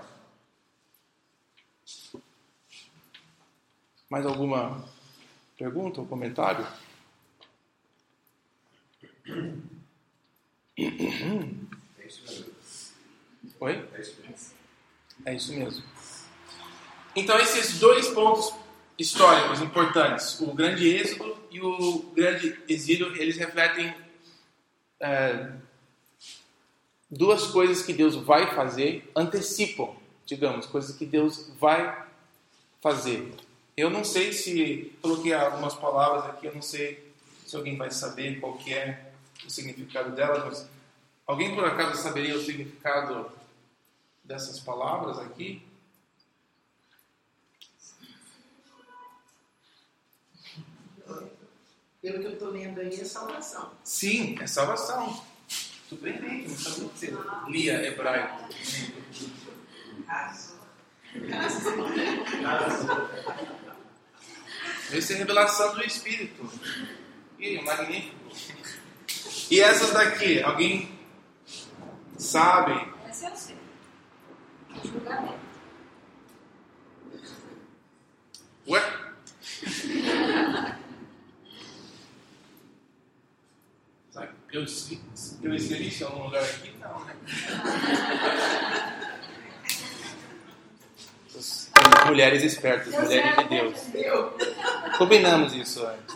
Mais alguma pergunta ou comentário? É isso mesmo. Oi? É isso mesmo. É isso mesmo. Então, esses dois pontos históricos importantes, o grande êxodo e o grande exílio, eles refletem é, duas coisas que Deus vai fazer, antecipam, digamos, coisas que Deus vai fazer. Eu não sei se, coloquei algumas palavras aqui, eu não sei se alguém vai saber qual que é o significado delas, mas alguém por acaso saberia o significado dessas palavras aqui? Pelo que eu estou lendo aí, é salvação. Sim, é salvação. Surpreendente, não sabia que você lia hebraico. Essa é a revelação do Espírito. Ih, magnífico. E essas daqui, alguém sabe? Essa eu sei. Julgamento. Ué? Eu, eu escrevi isso em algum lugar aqui? Não, né? Mulheres espertas, mulheres de Deus. Combinamos isso antes.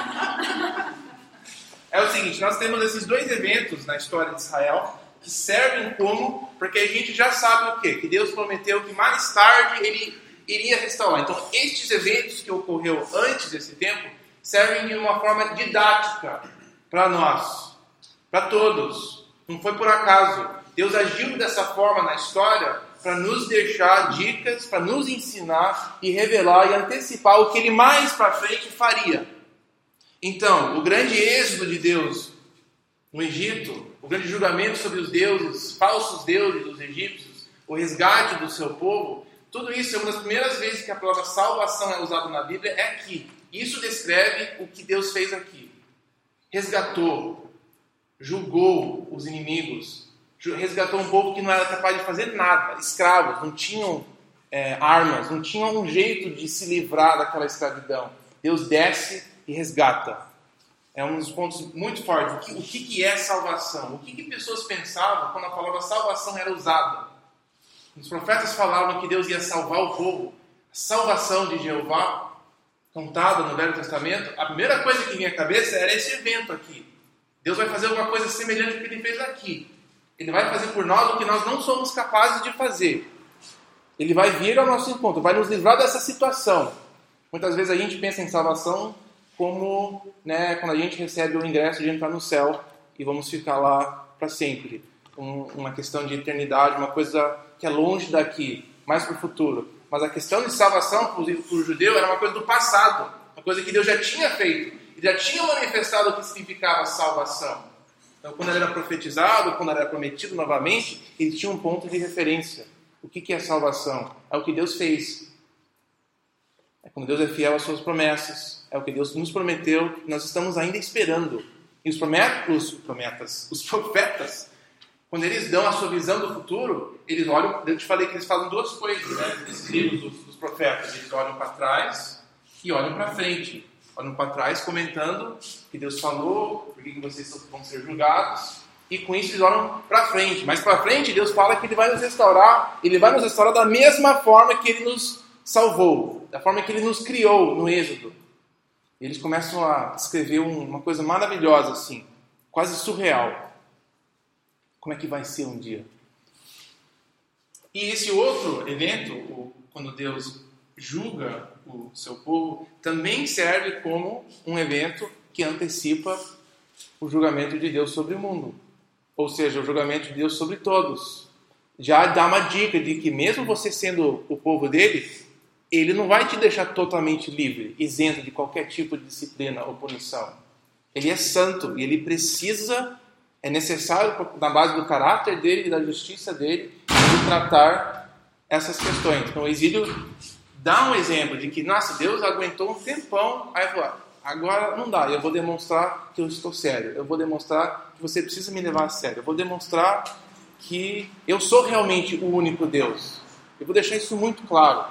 É o seguinte, nós temos esses dois eventos na história de Israel que servem como, porque a gente já sabe o quê? Que Deus prometeu que mais tarde Ele iria restaurar. Então, estes eventos que ocorreu antes desse tempo servem de uma forma didática para nós, para todos. Não foi por acaso. Deus agiu dessa forma na história para nos deixar dicas, para nos ensinar e revelar e antecipar o que Ele mais para frente faria. Então, o grande êxodo de Deus no Egito, o grande julgamento sobre os deuses, falsos deuses dos egípcios, o resgate do seu povo, tudo isso é uma das primeiras vezes que a palavra salvação é usada na Bíblia, é aqui. Isso descreve o que Deus fez aqui. Resgatou, julgou os inimigos, resgatou um povo que não era capaz de fazer nada, escravos, não tinham é, armas, não tinham um jeito de se livrar daquela escravidão. Deus desce e resgata. É um dos pontos muito fortes. O que, o que, que é salvação? O que, que pessoas pensavam quando a palavra salvação era usada? Os profetas falavam que Deus ia salvar o povo. A salvação de Jeová, contada no Velho Testamento, a primeira coisa que vinha à cabeça era esse evento aqui. Deus vai fazer alguma coisa semelhante ao que Ele fez aqui. Ele vai fazer por nós o que nós não somos capazes de fazer. Ele vai vir ao nosso encontro, vai nos livrar dessa situação. Muitas vezes a gente pensa em salvação como, né, quando a gente recebe o ingresso de entrar no céu e vamos ficar lá para sempre. Um, uma questão de eternidade, uma coisa que é longe daqui, mais para o futuro. Mas a questão de salvação para o judeu era uma coisa do passado, uma coisa que Deus já tinha feito. Ele já tinha manifestado o que significava salvação. Então, quando ele era profetizado, quando ele era prometido novamente, ele tinha um ponto de referência. O que é salvação? É o que Deus fez. É quando Deus é fiel às suas promessas. É o que Deus nos prometeu, que nós estamos ainda esperando. E os, promet- os, prometas, os profetas, quando eles dão a sua visão do futuro, eles olham, eu te falei que eles fazem duas coisas, né? Nesses livros dos, dos profetas. Eles olham para trás e olham para frente. olham para trás, comentando que Deus falou, por que vocês vão ser julgados, e com isso eles olham para frente. Mas para frente Deus fala que Ele vai nos restaurar, Ele vai nos restaurar da mesma forma que Ele nos salvou, da forma que Ele nos criou no Êxodo. E eles começam a descrever uma coisa maravilhosa, assim, quase surreal. Como é que vai ser um dia? E esse outro evento, quando Deus julga o seu povo, também serve como um evento que antecipa o julgamento de Deus sobre o mundo. Ou seja, o julgamento de Deus sobre todos. Já dá uma dica de que mesmo você sendo o povo dele, Ele não vai te deixar totalmente livre, isento de qualquer tipo de disciplina ou punição. Ele é santo e ele precisa, é necessário, na base do caráter dele e da justiça dele, de tratar essas questões. Então o exílio dá um exemplo de que, nossa, Deus aguentou um tempão, aí falou, agora não dá, eu vou demonstrar que eu estou sério, eu vou demonstrar que você precisa me levar a sério, eu vou demonstrar que eu sou realmente o único Deus. Eu vou deixar isso muito claro.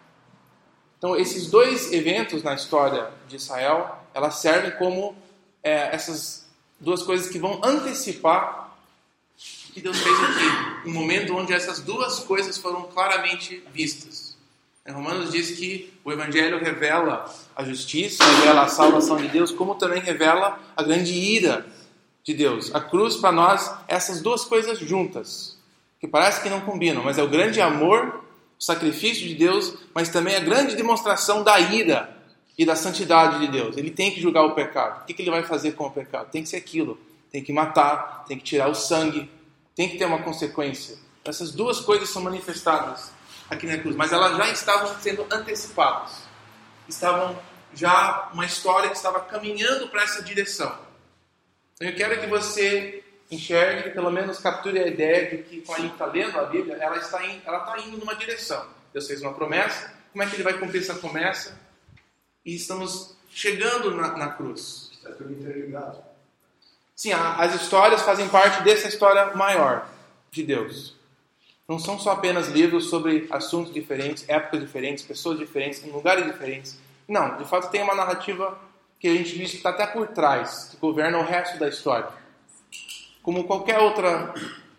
Então, esses dois eventos na história de Israel, elas servem como é, essas duas coisas que vão antecipar o que Deus fez aqui. Um momento onde essas duas coisas foram claramente vistas. Em Romanos diz que o Evangelho revela a justiça, revela a salvação de Deus, como também revela a grande ira de Deus. A cruz, para nós, essas duas coisas juntas, que parece que não combinam, mas é o grande amor, o sacrifício de Deus, mas também a grande demonstração da ira e da santidade de Deus. Ele tem que julgar o pecado. O que ele vai fazer com o pecado? Tem que ser aquilo. Tem que matar, tem que tirar o sangue, tem que ter uma consequência. Essas duas coisas são manifestadas aqui na cruz, mas elas já estavam sendo antecipadas. Estavam já uma história que estava caminhando para essa direção. Então eu quero que você enxergue, pelo menos capture a ideia de que, quando a gente está lendo a Bíblia, ela está, in, ela está indo numa direção. Deus fez uma promessa, como é que Ele vai cumprir essa promessa? E estamos chegando na, na cruz. Está tudo interligado. Sim, a, as histórias fazem parte dessa história maior de Deus. Não são só apenas livros sobre assuntos diferentes, épocas diferentes, pessoas diferentes, em lugares diferentes. Não, de fato tem uma narrativa que a gente diz que está até por trás, que governa o resto da história. Como qualquer outra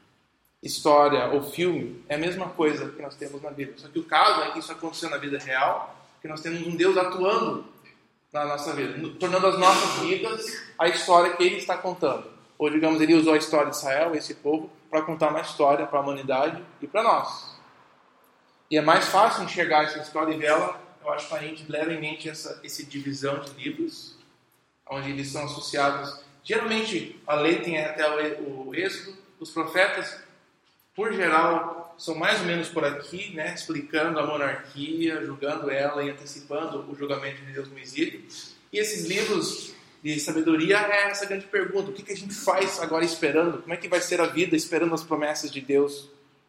história ou filme, é a mesma coisa que nós temos na Bíblia. Só que o caso é que isso aconteceu na vida real, que nós temos um Deus atuando na nossa vida, tornando as nossas vidas a história que Ele está contando. Ou, digamos, Ele usou a história de Israel, esse povo, para contar uma história para a humanidade e para nós. E é mais fácil enxergar essa história e vê-la, eu acho que a gente leva em mente essa, essa divisão de livros, onde eles são associados. Geralmente, a lei tem até o Êxodo, os profetas, por geral, são mais ou menos por aqui, né, explicando a monarquia, julgando ela e antecipando o julgamento de Deus no exílio. E esses livros de sabedoria é essa grande pergunta: o que, que a gente faz agora esperando? Como é que vai ser a vida esperando as promessas de Deus?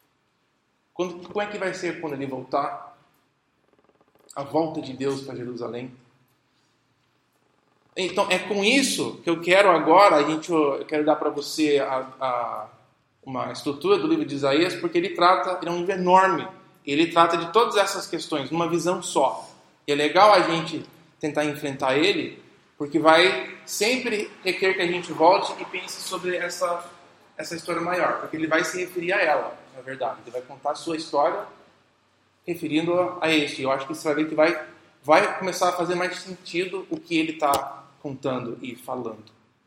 Quando, como é que vai ser quando Ele voltar? A volta de Deus para Jerusalém? Então, é com isso que eu quero agora, a gente, eu quero dar para você a, a, uma estrutura do livro de Isaías, porque ele trata, ele é um livro enorme, ele trata de todas essas questões, numa visão só. E é legal a gente tentar enfrentar ele, porque vai sempre requer que a gente volte e pense sobre essa, essa história maior, porque ele vai se referir a ela, na verdade. Ele vai contar a sua história referindo a este. Eu acho que você vai ver que vai, vai começar a fazer mais sentido o que ele está contando e falando.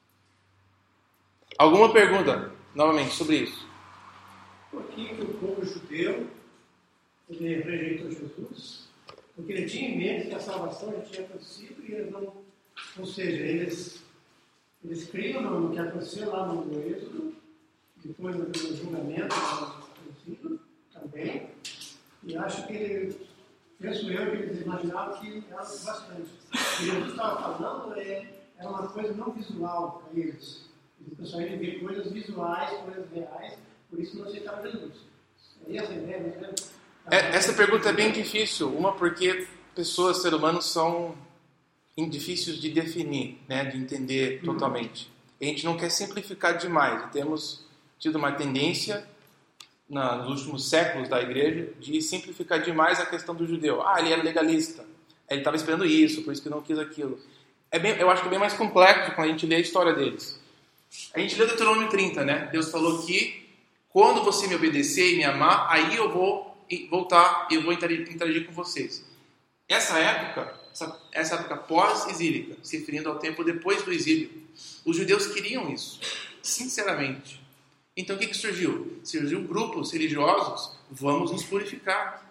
Alguma pergunta, novamente, sobre isso? Por que o povo judeu ele rejeitou Jesus? Porque ele tinha em mente que a salvação já tinha acontecido e eles não... Ou seja, eles, eles criam no que aconteceu lá no Êxodo, depois do julgamento do também, e acho que ele, penso eu que eles imaginavam que era bastante. O que Jesus estava falando é, era uma coisa não visual para eles. Eles gostavam de ver coisas visuais, coisas reais, por isso não aceitavam Jesus. É essa a ideia, né? É, essa pergunta é bem difícil. Uma, porque pessoas, seres humanos, são difíceis de definir, né, de entender totalmente. A gente não quer simplificar demais. E temos tido uma tendência, na, nos últimos séculos da igreja, de simplificar demais a questão do judeu. Ah, ele era legalista. Ele estava esperando isso, por isso que não quis aquilo. é bem, eu acho que é bem mais complexo quando a gente lê a história deles. A gente lê o Deuteronômio trinta, né? Deus falou que quando você me obedecer e me amar, aí eu vou voltar e eu vou interagir com vocês. Essa época, essa, essa época pós-exílica, se referindo ao tempo depois do exílio, os judeus queriam isso, sinceramente. Então o que, que surgiu? Surgiu grupos religiosos, vamos nos purificar,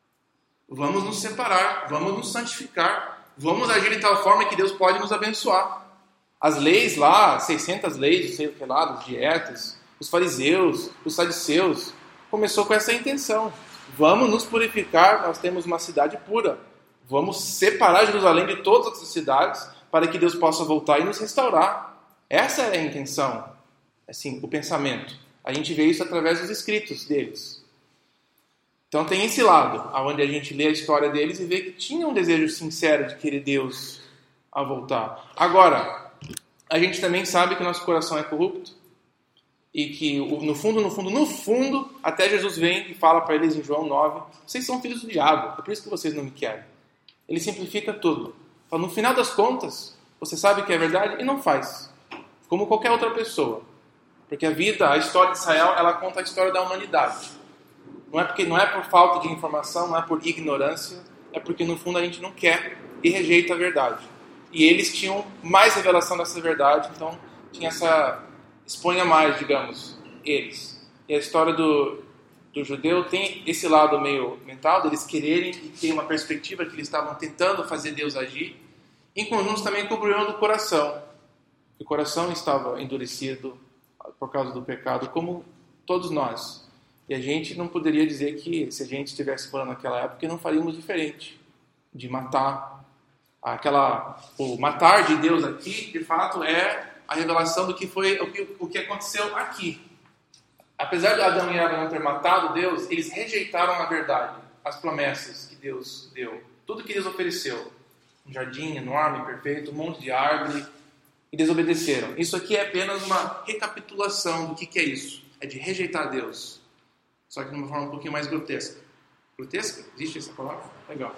vamos nos separar, vamos nos santificar, vamos agir de tal forma que Deus pode nos abençoar. As leis lá, seiscentas leis, não sei o que lá, das dietas, os fariseus, os saduceus, começou com essa intenção. Vamos nos purificar, nós temos uma cidade pura. Vamos separar Jerusalém de todas as outras cidades para que Deus possa voltar e nos restaurar. Essa é a intenção, assim, o pensamento. A gente vê isso através dos escritos deles. Então tem esse lado, onde a gente lê a história deles e vê que tinha um desejo sincero de querer Deus a voltar. Agora, a gente também sabe que nosso coração é corrupto e que no fundo, no fundo, no fundo, até Jesus vem e fala para eles em João nove, vocês são filhos do diabo, é por isso que vocês não me querem. Ele simplifica tudo. Fala, no final das contas, você sabe que é verdade e não faz. Como qualquer outra pessoa. Porque a vida, a história de Israel, ela conta a história da humanidade. Não é, porque, não é por falta de informação, não é por ignorância, é porque no fundo a gente não quer e rejeita a verdade. E eles tinham mais revelação dessa verdade, então tinha essa... exponha mais, digamos, eles. E a história do, do judeu tem esse lado meio mental, deles quererem e ter uma perspectiva que eles estavam tentando fazer Deus agir, em conjunto também com o problema do coração. O coração estava endurecido por causa do pecado, como todos nós. E a gente não poderia dizer que, se a gente estivesse falando naquela época, não faríamos diferente de matar. Aquela, o matar de Deus aqui, de fato, é a revelação do que foi o que, o que aconteceu aqui. Apesar de Adão e Eva não ter matado Deus, eles rejeitaram a verdade, as promessas que Deus deu, tudo que Deus ofereceu. Um jardim enorme, perfeito, um monte de árvore, e desobedeceram. Isso aqui é apenas uma recapitulação do que, que é isso. É de rejeitar Deus. Só que de uma forma um pouquinho mais grotesca. Grotesca? Existe essa palavra? Legal.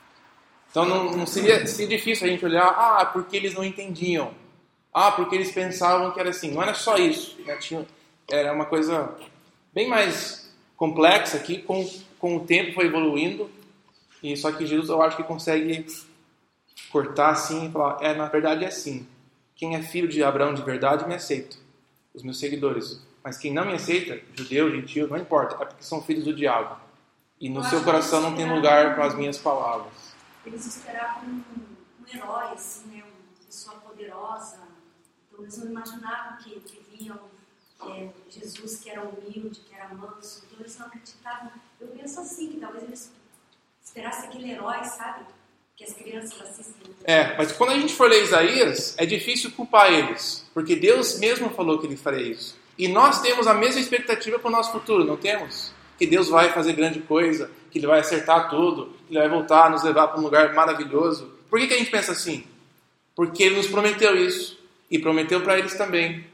Então não, não seria, seria difícil a gente olhar, ah, porque eles não entendiam. Ah, porque eles pensavam que era assim. Não era só isso. Né? Tinha, era uma coisa bem mais complexa que com, com o tempo foi evoluindo. E só que Jesus, eu acho que consegue cortar assim e falar, é, na verdade é assim. Quem é filho de Abraão de verdade me aceita. Os meus seguidores. Mas quem não me aceita, judeu, gentio, não importa. É porque são filhos do diabo. E no eu seu coração não tem lugar para as minhas palavras. Eles esperavam um, um herói, assim, né? Uma pessoa poderosa. Então eles não imaginavam que, que vinham é, Jesus, que era humilde, que era manso. Então eles não acreditavam. Eu penso assim, que talvez eles esperassem aquele herói, sabe? Que as crianças assistem. É, mas quando a gente for ler Isaías, é difícil culpar eles. Porque Deus mesmo falou que ele faria isso. E nós temos a mesma expectativa para o nosso futuro, não temos? Que Deus vai fazer grande coisa, que Ele vai acertar tudo, que Ele vai voltar, nos levar para um lugar maravilhoso. Por que, que a gente pensa assim? Porque Ele nos prometeu isso, e prometeu para eles também.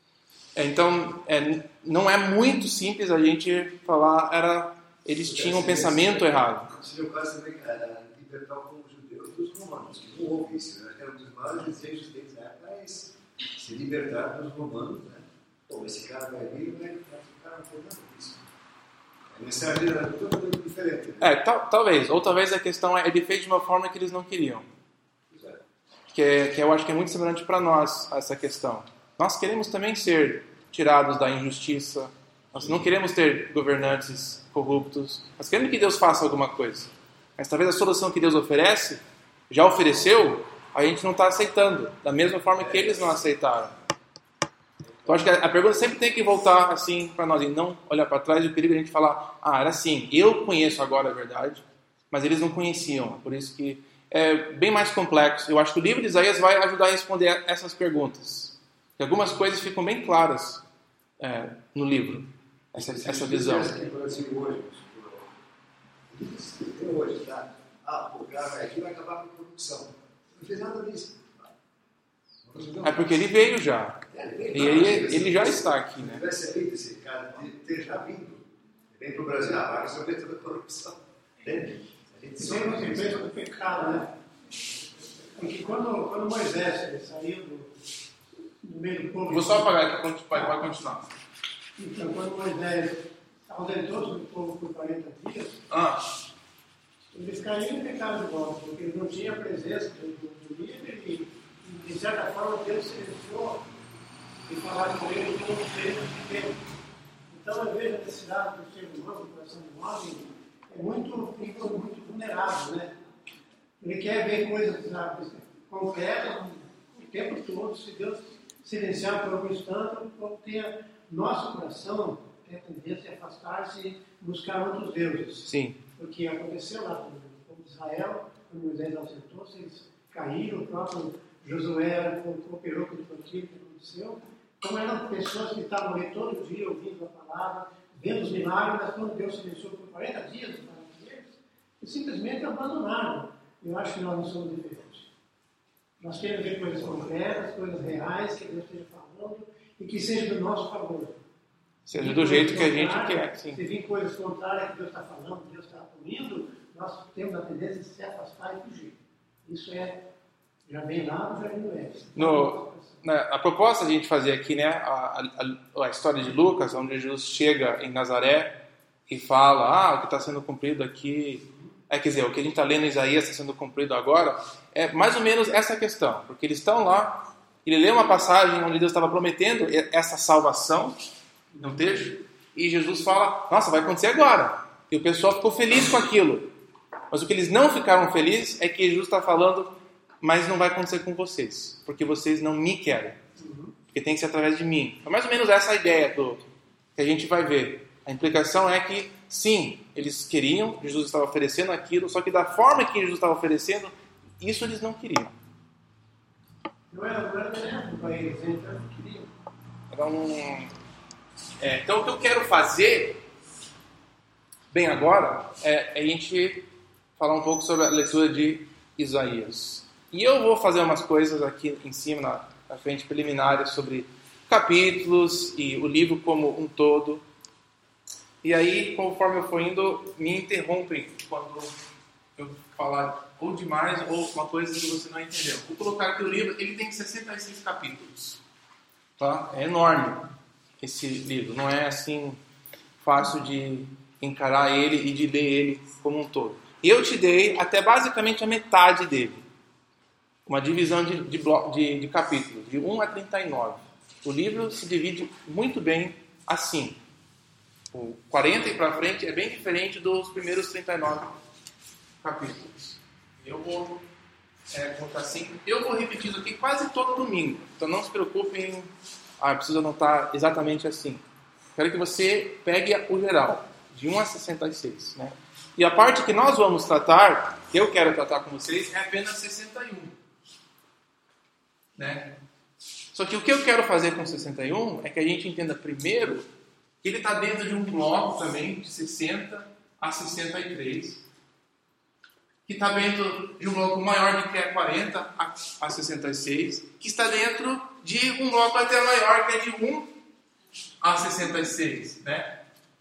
Então, é, não é muito simples a gente falar, era, eles tinham um pensamento errado. Seria o caso também, cara, libertar o povo judeu dos romanos, que não houve isso, né? Era um dos maiores desejos deles na época, é esse, se libertar dos romanos, né? Pô, esse cara vai vir, né? O cara não foi nada disso. A mensagem era totalmente diferente. Né? É, tal, talvez. Ou talvez a questão é, ele fez de uma forma que eles não queriam. Exato. Que, é, que eu acho que é muito semelhante para nós, essa questão. Nós queremos também ser tirados da injustiça. Nós não queremos ter governantes corruptos. Nós queremos que Deus faça alguma coisa. Mas talvez a solução que Deus oferece, já ofereceu, a gente não está aceitando. Da mesma forma que eles não aceitaram. Então, acho que a pergunta sempre tem que voltar assim para nós, e não olhar para trás, e o perigo é a gente falar, ah, era assim, eu conheço agora a verdade, mas eles não conheciam, por isso que é bem mais complexo. Eu acho que o livro de Isaías vai ajudar a responder essas perguntas, que algumas coisas ficam bem claras é, no livro, essa, essa visão. Aqui no Brasil hoje, tem hoje, tá? Ah, o cara vai aqui e vai acabar com a corrupção. Não fez nada disso. É porque ele veio já. E ele, ele já está aqui, né? Se tivesse feito esse cara, ter já vindo. Vem para o Brasil, ah, vai resolver toda a corrupção. Entende? A gente sempre pensa do pecado, né? Porque quando, quando Moisés ele saiu do, do meio do povo... Vou só apagar aqui, pode, pode continuar. Então, quando Moisés ausentou sobre o povo por quarenta dias, Ah. eles caíram em pecado de volta, porque eles não tinham a presença do, do, do líder e, de certa forma, Deus silenciou e falaram com ele como um ser pequeno. Então, eu vejo a necessidade do ser humano, do coração do homem, é muito, muito vulnerável, né? Ele quer ver coisas sabe, concretas o tempo todo. Se Deus silenciar por algum instante, ou ter nosso coração tem a tendência a afastar-se e buscar outros deuses. Sim. O que aconteceu lá com o povo de Israel, quando Moisés ausentou-se, eles caíram, o próprio Josué cooperou com tudo aquilo que aconteceu. Então eram pessoas que estavam ali todo dia ouvindo a palavra, vendo os milagres, mas quando Deus silenciou por quarenta dias, eles simplesmente abandonaram. Eu acho que nós não somos diferentes. Nós queremos ver coisas concretas, coisas reais, que Deus esteja falando e que seja do nosso favor. Seja do jeito que a gente quer. Sim. Se vir coisas contrárias que Deus está falando, que Deus está punindo, nós temos a tendência de se afastar e fugir. Isso é, já vem lá no Jardim do Éden. No, na, a proposta de a gente fazer aqui, né, a, a, a história de Lucas, onde Jesus chega em Nazaré e fala, ah, o que está sendo cumprido aqui, é, quer dizer, o que a gente está lendo em Isaías está sendo cumprido agora, é mais ou menos essa questão, porque eles estão lá, ele lê uma passagem onde Deus estava prometendo essa salvação, no texto, e Jesus fala, nossa, vai acontecer agora. E o pessoal ficou feliz com aquilo. Mas o que eles não ficaram felizes é que Jesus está falando, mas não vai acontecer com vocês, porque vocês não me querem. Porque tem que ser através de mim. É mais ou menos essa a ideia do, que a gente vai ver. A implicação é que, sim, eles queriam, Jesus estava oferecendo aquilo, só que da forma que Jesus estava oferecendo, isso eles não queriam. Não era exemplo para eles, então eles queriam. Era um... É, então, o que eu quero fazer, bem agora, é a gente falar um pouco sobre a leitura de Isaías. E eu vou fazer umas coisas aqui em cima, na, na frente, preliminares sobre capítulos e o livro como um todo. E aí, conforme eu for indo, me interrompem quando eu falar ou demais ou uma coisa que você não entendeu. Vou colocar aqui o livro, ele tem sessenta e seis capítulos. Tá? É enorme esse livro, não é assim fácil de encarar ele e de ler ele como um todo. Eu te dei até basicamente a metade dele, uma divisão de, de, de, de capítulos, de um a trinta e nove. O livro se divide muito bem assim. O quarenta e para frente é bem diferente dos primeiros trinta e nove capítulos. Eu vou é, colocar assim, eu vou repetir isso aqui quase todo domingo, então não se preocupem. Ah, preciso anotar exatamente assim. Quero que você pegue o geral, de um a sessenta e seis. Né? E a parte que nós vamos tratar, que eu quero tratar com vocês, é apenas sessenta e um. Né? Só que o que eu quero fazer com sessenta e um é que a gente entenda primeiro que ele está dentro de um bloco também, de sessenta a sessenta e três, que está dentro de um bloco maior de que é quarenta a sessenta e seis, que está dentro de um bloco até maior, que é de um a sessenta e seis, né?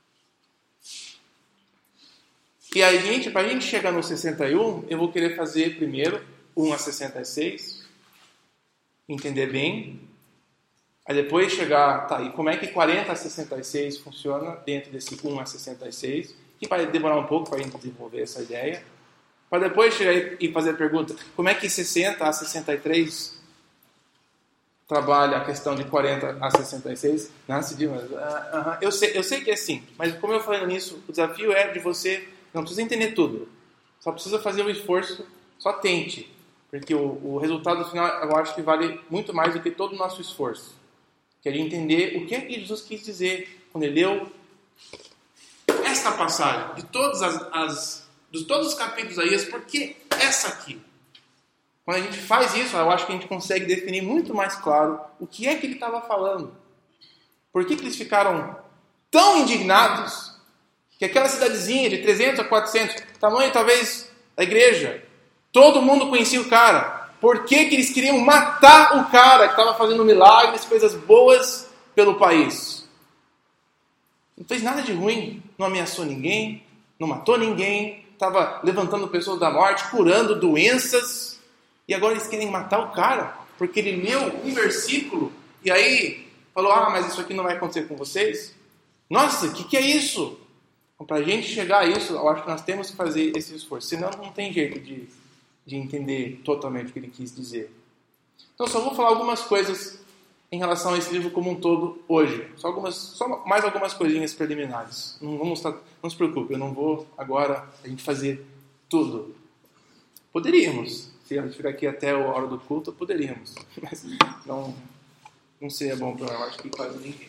E aí, gente, para a gente chegar no sessenta e um, eu vou querer fazer primeiro um a sessenta e seis, entender bem, aí depois chegar, tá, e como é que quarenta a sessenta e seis funciona dentro desse um a sessenta e seis, que vai demorar um pouco para a gente desenvolver essa ideia, para depois chegar e fazer a pergunta, como é que sessenta a sessenta e três trabalha a questão de quarenta a sessenta e seis? Nossa, Dimas, uh, uh, eu, sei, eu sei que é assim, mas como eu falei nisso, o desafio é de você, não precisa entender tudo, só precisa fazer um esforço, só tente, porque o, o resultado final eu acho que vale muito mais do que todo o nosso esforço, que é de entender o que é que Jesus quis dizer quando ele leu esta passagem, de todas as, as de todos os capítulos aí, por que essa aqui? Quando a gente faz isso, eu acho que a gente consegue definir muito mais claro o que é que ele estava falando. Por que, que eles ficaram tão indignados que aquela cidadezinha de trezentos a quatrocentos, tamanho talvez da igreja, todo mundo conhecia o cara. Por que, que eles queriam matar o cara que estava fazendo milagres, coisas boas pelo país? Não fez nada de ruim, não ameaçou ninguém, não matou ninguém, estava levantando pessoas da morte, curando doenças. E agora eles querem matar o cara, porque ele leu um versículo, e aí falou, ah, mas isso aqui não vai acontecer com vocês? Nossa, o que, que é isso? Então, para a gente chegar a isso, eu acho que nós temos que fazer esse esforço, senão não tem jeito de, de entender totalmente o que ele quis dizer. Então, só vou falar algumas coisas em relação a esse livro como um todo hoje. Só, algumas, só mais algumas coisinhas preliminares. Não, vamos estar, não se preocupe, eu não vou agora a gente fazer tudo. Poderíamos. Se a gente ficar aqui até a hora do culto, poderíamos. Mas não, não seria bom para eu acho que quase ninguém.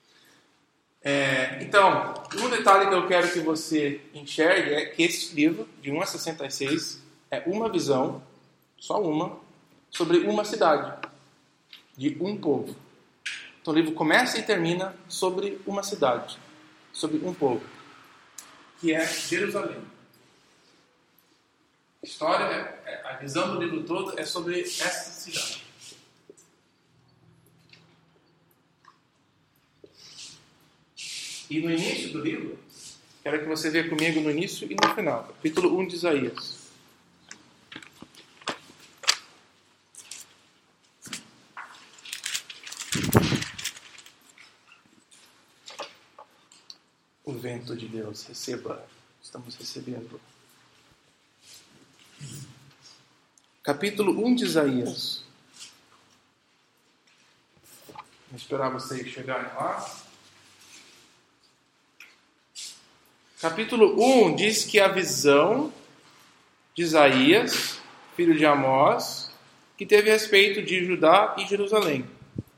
É, então, um detalhe que eu quero que você enxergue é que esse livro, de um a sessenta e seis, é uma visão, só uma, sobre uma cidade, de um povo. Então o livro começa e termina sobre uma cidade, sobre um povo, que é Jerusalém. A história, a visão do livro todo é sobre essa cidade. E no início do livro, quero que você veja comigo no início e no final, capítulo um de Isaías. O vento de Deus, receba, estamos recebendo. Capítulo um de Isaías. Vou esperar vocês chegarem lá. Capítulo um diz que a visão de Isaías, filho de Amós, que teve a respeito de Judá e Jerusalém.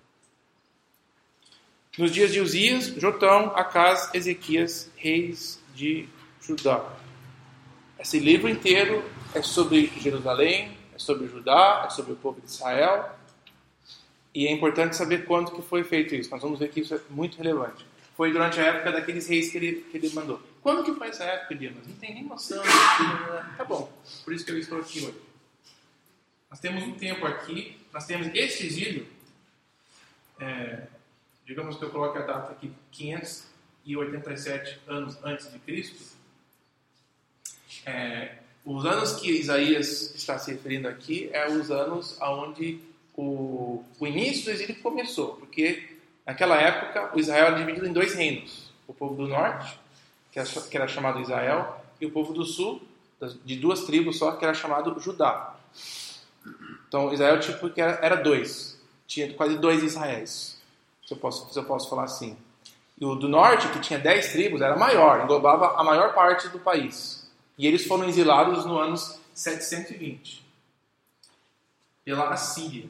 Nos dias de Uzias, Jotão, Acaz, Ezequias, reis de Judá. Esse livro inteiro é sobre Jerusalém, é sobre Judá, é sobre o povo de Israel. E é importante saber quando que foi feito isso. Nós vamos ver que isso é muito relevante. Foi durante a época daqueles reis que ele, que ele mandou. Quando que foi essa época, Dimas? Não tem nem noção. Tá bom, por isso que eu estou aqui hoje. Nós temos um tempo aqui, nós temos esse exílio, é, digamos que eu coloque a data aqui, quinhentos e oitenta e sete anos antes de Cristo. É, os anos que Isaías está se referindo aqui é os anos onde o, o início do exílio começou, porque naquela época o Israel era dividido em dois reinos, o povo do norte, que era, que era chamado Israel, e o povo do sul, de duas tribos só, que era chamado Judá. Então Israel tipo, que era, era dois, tinha quase dois Israéis, se eu, posso, se eu posso falar assim. E o do norte, que tinha dez tribos, era maior, englobava a maior parte do país. E eles foram exilados no ano setecentos e vinte, pela Assíria.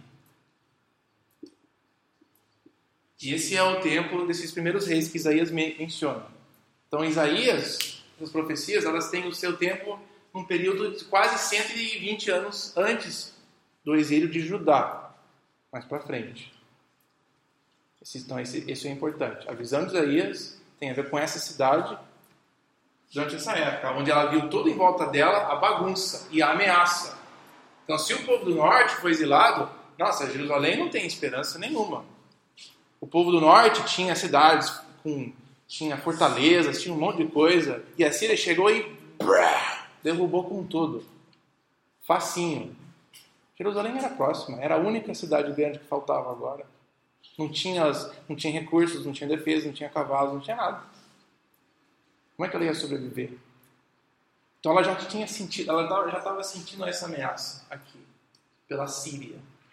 E esse é o tempo desses primeiros reis que Isaías menciona. Então, Isaías, as profecias, elas têm o seu tempo num período de quase cento e vinte anos antes do exílio de Judá, mais para frente. Esse, então, esse, isso é importante. A visão de Isaías tem a ver com essa cidade durante essa época, onde ela viu tudo em volta dela a bagunça e a ameaça. Então, se o povo do norte foi exilado, nossa, Jerusalém não tem esperança nenhuma. O povo do norte tinha cidades, com, tinha fortalezas, tinha um monte de coisa, e a Síria chegou e brá, derrubou com tudo. Facinho. Jerusalém era próxima, era a única cidade grande que faltava agora. Não tinha, não tinha recursos, não tinha defesa, não tinha cavalos, não tinha nada. Como é que ela ia sobreviver? Então ela já tinha sentido, ela já estava sentindo essa ameaça aqui, pela Síria.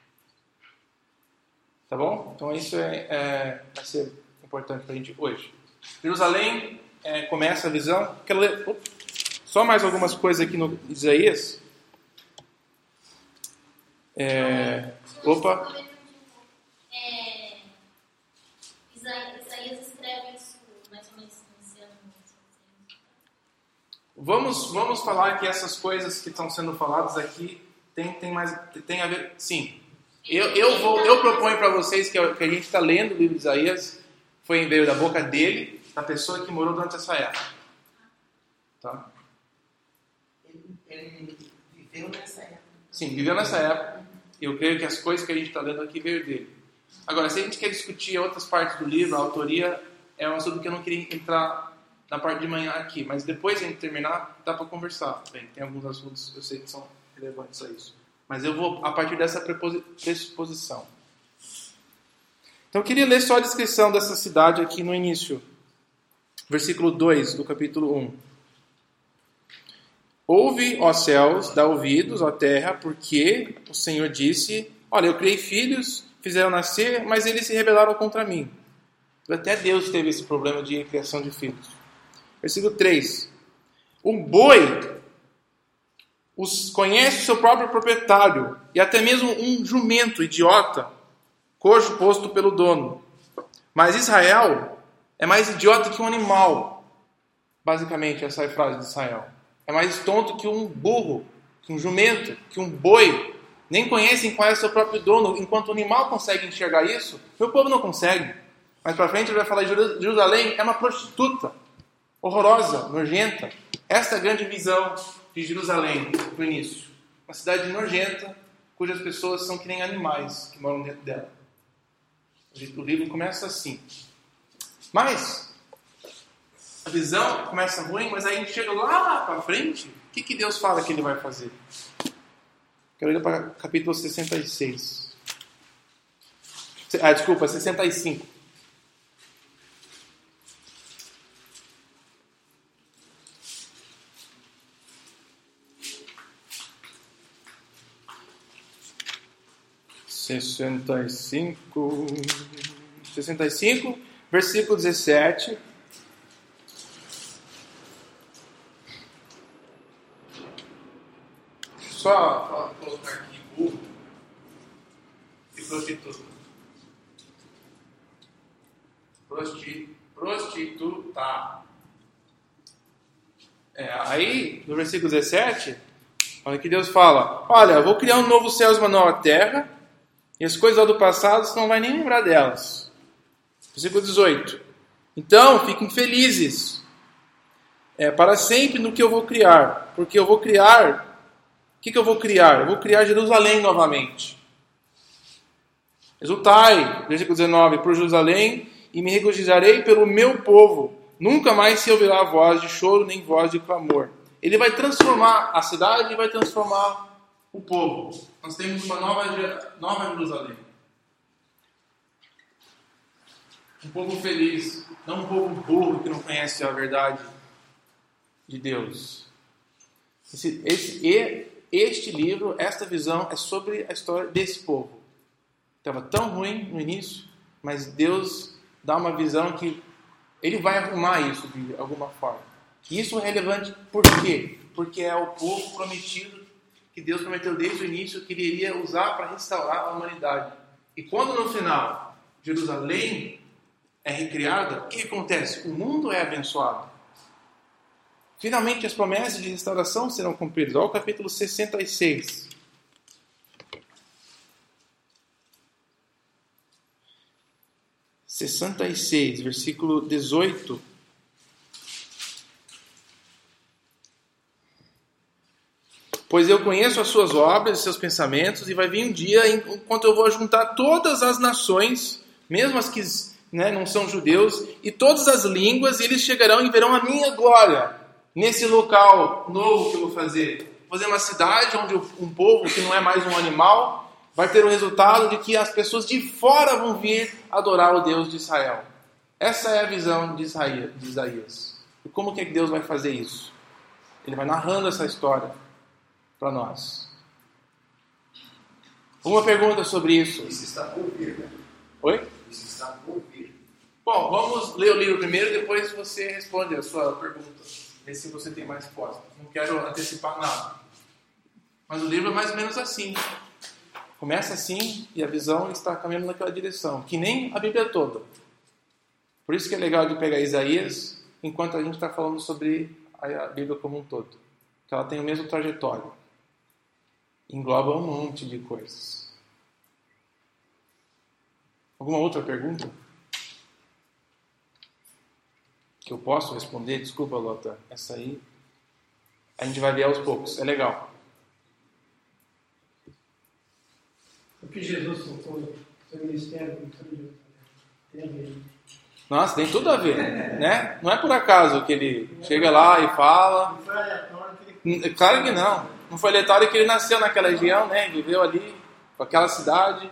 Tá bom? Então isso é, é, vai ser importante para a gente hoje. Jerusalém, é, começa a visão. Quero ler opa, só mais algumas coisas aqui no Isaías. É, opa. É, Isaías escreve isso mais ou menos nesse ano. Vamos, vamos falar que essas coisas que estão sendo faladas aqui tem, tem, mais, tem a ver... Sim. Eu, eu, vou, eu proponho para vocês que, que a gente está lendo o livro de Isaías, foi veio da boca dele, da pessoa que morou durante essa época. Tá? Ele, ele viveu nessa época. Sim, viveu nessa época. Eu creio que as coisas que a gente está lendo aqui veio dele. Agora, se a gente quer discutir outras partes do livro, a autoria é um assunto que eu não queria entrar na parte de manhã aqui, mas depois de a gente terminar, dá para conversar. Bem, tem alguns assuntos eu sei que são relevantes a isso. Mas eu vou a partir dessa pressuposição. Então eu queria ler só a descrição dessa cidade aqui no início. Versículo dois do capítulo um. Ouve, ó céus, dá ouvidos, ó terra, porque o Senhor disse, olha, eu criei filhos, fizeram nascer, mas eles se rebelaram contra mim. Até Deus teve esse problema de criação de filhos. Versículo três. O boi os conhece o seu próprio proprietário, e até mesmo um jumento idiota, coxo posto pelo dono. Mas Israel é mais idiota que um animal. Basicamente, essa é a frase de Israel. É mais tonto que um burro, que um jumento, que um boi. Nem conhecem qual é o seu próprio dono. Enquanto o animal consegue enxergar isso, meu povo não consegue. Mais para frente ele vai falar que Jerusalém é uma prostituta, horrorosa, nojenta. Esta é a grande visão de Jerusalém no início. Uma cidade nojenta, cujas pessoas são que nem animais que moram dentro dela. O livro começa assim. Mas a visão começa ruim, mas aí a gente chega lá para frente. O que, que Deus fala que ele vai fazer? Quero ir para capítulo sessenta e seis. Ah, desculpa, sessenta e cinco. Sessenta e cinco. Sessenta e cinco, versículo dezessete. Só colocar aqui burro e prostituta. Prosti, prostituta. É, aí, no versículo dezessete, olha que Deus fala: olha, eu vou criar um novo céu e uma nova terra, e as coisas lá do passado você não vai nem lembrar delas. Versículo dezoito. Então, fiquem felizes é, para sempre no que eu vou criar, porque eu vou criar. O que, que eu vou criar? Eu vou criar Jerusalém novamente. Exultai, versículo dezenove, por Jerusalém, e me regozijarei pelo meu povo. Nunca mais se ouvirá voz de choro, nem voz de clamor. Ele vai transformar a cidade e vai transformar o povo. Nós temos uma nova, nova Jerusalém. Um povo feliz, não um povo burro que não conhece a verdade de Deus. Esse, esse, este livro, esta visão, é sobre a história desse povo. Estava tão ruim no início, mas Deus dá uma visão que Ele vai arrumar isso de alguma forma. E isso é relevante por quê? Porque é o povo prometido, que Deus prometeu desde o início que Ele iria usar para restaurar a humanidade. E quando no final Jerusalém é recriada, o que acontece? O mundo é abençoado. Finalmente as promessas de restauração serão cumpridas. Olha o capítulo sessenta e seis. sessenta e seis, versículo dezoito. Pois eu conheço as suas obras e seus pensamentos, e vai vir um dia enquanto eu vou juntar todas as nações, mesmo as que, né, não são judeus, e todas as línguas, e eles chegarão e verão a minha glória nesse local novo que eu vou fazer. Vou fazer uma cidade onde um povo que não é mais um animal vai ter o resultado de que as pessoas de fora vão vir adorar o Deus de Israel. Essa é a visão de Isaías. E como que Deus vai fazer isso? Ele vai narrando essa história para nós. Uma pergunta sobre isso. Isso está por vir, né? Oi? Isso está por vir. Bom, vamos ler o livro primeiro, depois você responde a sua pergunta. Ver se você tem mais resposta. Não quero antecipar nada. Mas o livro é mais ou menos assim. Começa assim e a visão está caminhando naquela direção. Que nem a Bíblia toda. Por isso que é legal de pegar Isaías enquanto a gente está falando sobre a Bíblia como um todo. Que ela tem o mesmo trajetório. Engloba um monte de coisas. Alguma outra pergunta? Que eu posso responder? Desculpa, Lota. Essa aí a gente vai ver aos poucos. É legal. O que Jesus propôs, seu ministério, tem a ver. Nossa, tem tudo a ver, né? Não é por acaso que ele chega lá e fala. Não foi aleatório que ele... Claro que não. não foi aleatório que ele nasceu naquela região, né? Viveu ali, com aquela cidade.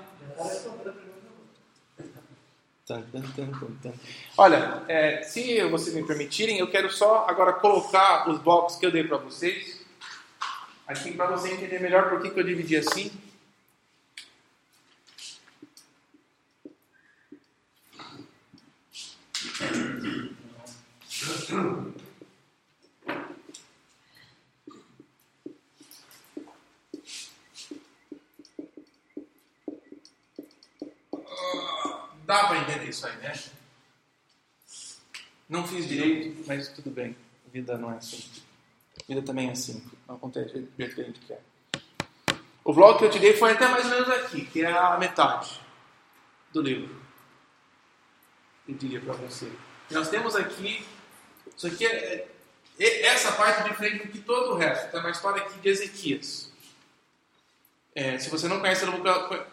Olha, é, se vocês me permitirem, eu quero só agora colocar os blocos que eu dei para vocês aqui para você entender melhor por que que eu dividi assim. Dá para entender isso aí, né? Não fiz direito, mas tudo bem. A vida não é assim. A vida também é assim. Não acontece do jeito que a gente quer. O bloco que eu te dei foi até mais ou menos aqui, que é a metade do livro. Eu diria para você. E nós temos aqui, isso aqui é, é essa parte é diferente do que todo o resto. Tem uma história aqui de Ezequias. É, se você não conhece, eu vou,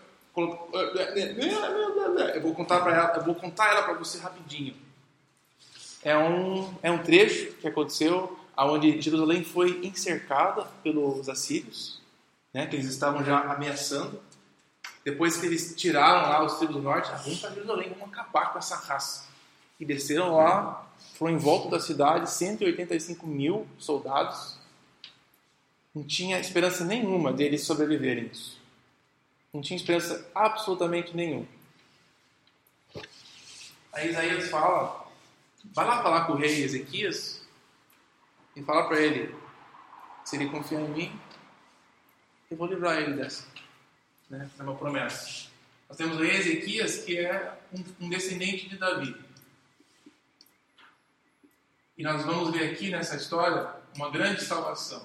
eu vou contar para ela, eu vou contar ela para você rapidinho. É um, é um trecho que aconteceu onde Jerusalém foi encercada pelos assírios, né, que eles estavam já ameaçando. Depois que eles tiraram lá os tribos do norte, ah, vamos para Jerusalém, vamos acabar com essa raça. E desceram lá, foram em volta da cidade, cento e oitenta e cinco mil soldados. Não tinha esperança nenhuma deles sobreviverem isso. Não tinha esperança absolutamente nenhuma. Aí Isaías fala, vai lá falar com o rei Ezequias e fala para ele, se ele confiar em mim, eu vou livrar ele dessa. Né? É uma promessa. Nós temos o rei Ezequias, que é um, um descendente de Davi. E nós vamos ver aqui nessa história uma grande salvação.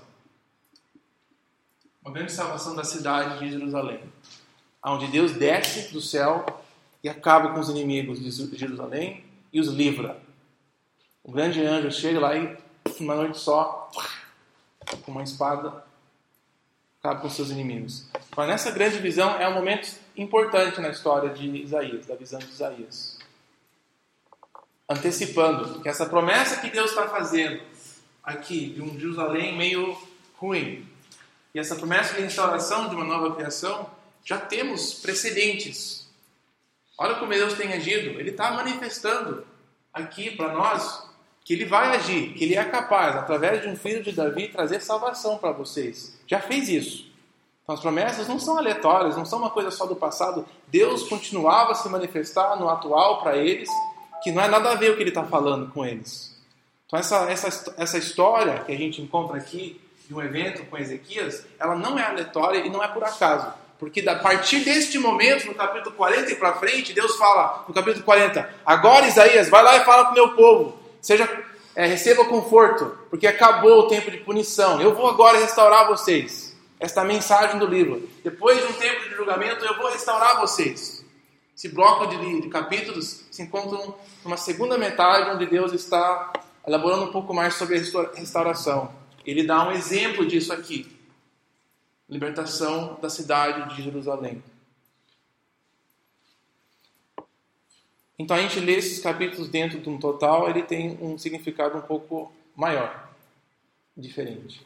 Uma grande salvação da cidade de Jerusalém. Onde Deus desce do céu e acaba com os inimigos de Jerusalém e os livra. O grande anjo chega lá e, numa noite só, com uma espada, acaba com seus inimigos. Mas nessa grande visão é um momento importante na história de Isaías, da visão de Isaías. Antecipando que essa promessa que Deus está fazendo aqui, de um Jerusalém meio ruim, e essa promessa de restauração de uma nova criação, já temos precedentes. Olha como Deus tem agido. Ele está manifestando aqui para nós que Ele vai agir, que Ele é capaz, através de um filho de Davi, trazer salvação para vocês. Já fez isso. Então as promessas não são aleatórias, não são uma coisa só do passado. Deus continuava a se manifestar no atual para eles, que não é nada a ver o que Ele está falando com eles. Então essa, essa, essa história que a gente encontra aqui, de um evento com Ezequias, ela não é aleatória e não é por acaso. Porque a partir deste momento, no capítulo quarenta e para frente, Deus fala, no capítulo quarenta, agora Isaías, vai lá e fala com o meu povo, seja, é, receba conforto, porque acabou o tempo de punição, eu vou agora restaurar vocês. Esta é a mensagem do livro. Depois de um tempo de julgamento, eu vou restaurar vocês. Esse bloco de, de capítulos se encontram numa segunda metade, onde Deus está elaborando um pouco mais sobre a restauração. Ele dá um exemplo disso aqui. Libertação da cidade de Jerusalém. Então a gente lê esses capítulos dentro de um total, ele tem um significado um pouco maior, diferente.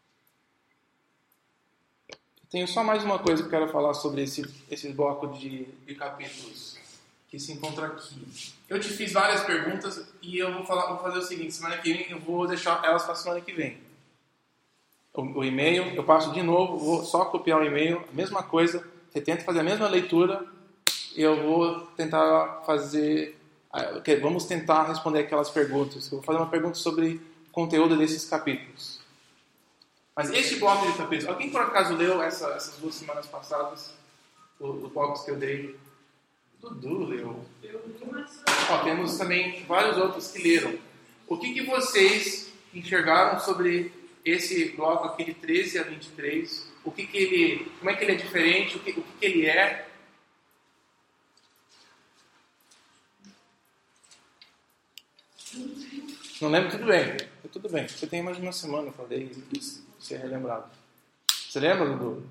Tenho só mais uma coisa que eu quero falar sobre esse, esse bloco de, de capítulos que se encontra aqui. Eu te fiz várias perguntas e eu vou, falar, vou fazer o seguinte, semana que vem eu vou deixar elas para a semana que vem. O, o e-mail, eu passo de novo, vou só copiar o e-mail, a mesma coisa, você tenta fazer a mesma leitura, eu vou tentar fazer, vamos tentar responder aquelas perguntas. Eu vou fazer uma pergunta sobre o conteúdo desses capítulos. Mas este bloco de capítulos, alguém por acaso leu essa, essas duas semanas passadas, os blocos que eu dei? Dudu leu. Ó, temos também vários outros que leram. O que, que vocês enxergaram sobre esse bloco aqui de treze a vinte e três? O que, que ele, como é que ele é diferente? O que, o que, que ele é? Não lembro? Tudo bem. Tudo bem. Você tem mais de uma semana, eu falei, você é relembrado. Você lembra, Dudu?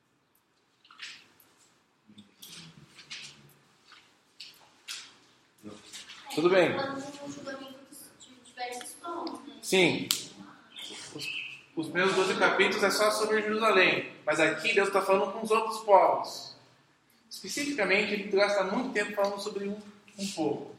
Tudo bem. Sim. Os, os meus doze capítulos é só sobre Jerusalém, mas aqui Deus está falando com os outros povos. Especificamente, ele gasta muito tempo falando sobre um, um povo.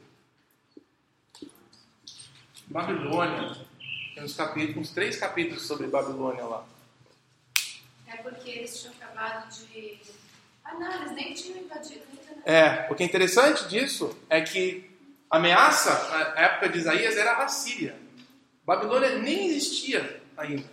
Babilônia. Tem uns capítulos, uns três capítulos sobre Babilônia lá. É porque eles tinham acabado de... Ah, não, eles nem tinham invadido. É, o que é interessante disso é que a ameaça na época de Isaías era a Síria. Babilônia nem existia ainda.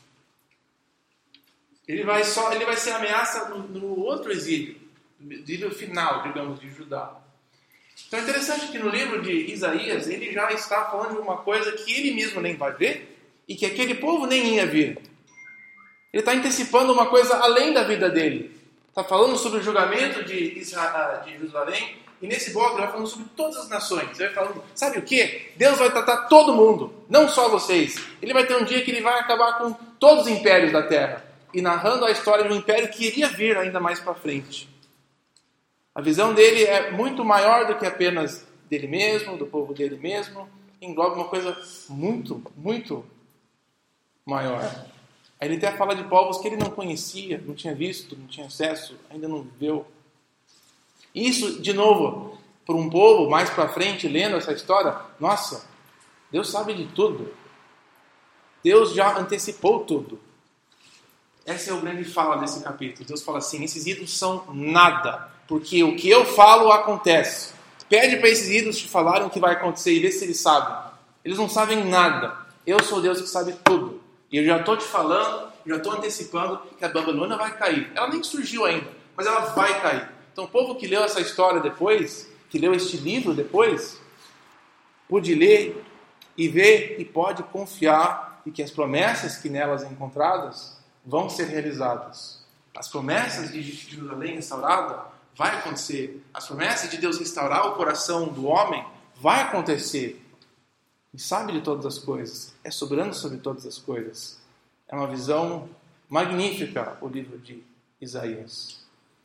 Ele vai, só, ele vai ser ameaça no, no outro exílio, no exílio final, digamos, de Judá. Então é interessante que no livro de Isaías ele já está falando de uma coisa que ele mesmo nem vai ver e que aquele povo nem ia ver. Ele está antecipando uma coisa além da vida dele. Está falando sobre o julgamento de, Israel, de Jerusalém, e nesse bloco ele vai falando sobre todas as nações. Ele vai falando, sabe o que? Deus vai tratar todo mundo, não só vocês. Ele vai ter um dia que ele vai acabar com todos os impérios da terra, e narrando a história de um império que iria vir ainda mais para frente. A visão dele é muito maior do que apenas dele mesmo, do povo dele mesmo, engloba uma coisa muito, muito maior. Aí ele até fala de povos que ele não conhecia, não tinha visto, não tinha acesso, ainda não viveu. Isso, de novo, para um povo mais para frente, lendo essa história, nossa, Deus sabe de tudo. Deus já antecipou tudo. Essa é o grande fala desse capítulo. Deus fala assim, esses ídolos são nada, porque o que eu falo acontece. Pede para esses ídolos te falarem o que vai acontecer e vê se eles sabem. Eles não sabem nada. Eu sou Deus que sabe tudo. E eu já estou te falando, já estou antecipando que a Babilônia vai cair. Ela nem surgiu ainda, mas ela vai cair. Então o povo que leu essa história depois, que leu este livro depois, pôde ler e ver e pode confiar em que as promessas que nelas encontradas vão ser realizadas. As promessas de Jerusalém restaurada vai acontecer. As promessas de Deus restaurar o coração do homem vai acontecer. E sabe de todas as coisas. É soberano sobre todas as coisas. É uma visão magnífica o livro de Isaías.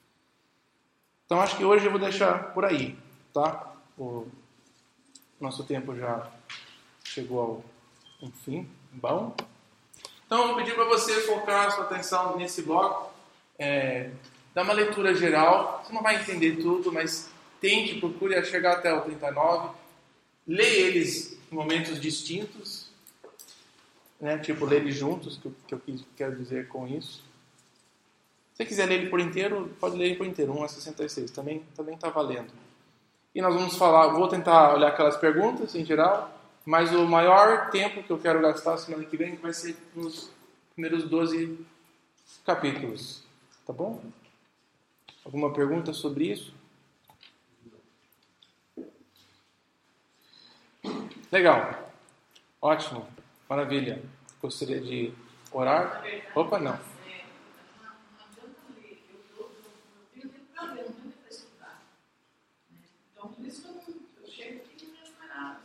Então acho que hoje eu vou deixar por aí, tá? O nosso tempo já chegou ao um fim. Bom. Então eu vou pedir para você focar a sua atenção nesse bloco. É, dá uma leitura geral. Você não vai entender tudo, mas tente, procure chegar até o trinta e nove. Lê eles em momentos distintos, né? Tipo, ler eles juntos, que eu, que eu quero dizer com isso. Se você quiser ler ele por inteiro, pode ler ele por inteiro, um a sessenta e seis, também também está valendo. E nós vamos falar, vou tentar olhar aquelas perguntas em geral, mas o maior tempo que eu quero gastar semana que vem vai ser nos primeiros doze capítulos, tá bom? Alguma pergunta sobre isso? Legal, ótimo, maravilha. Gostaria de orar? Opa, não. Então, por isso que eu, eu chego aqui e não vejo mais nada.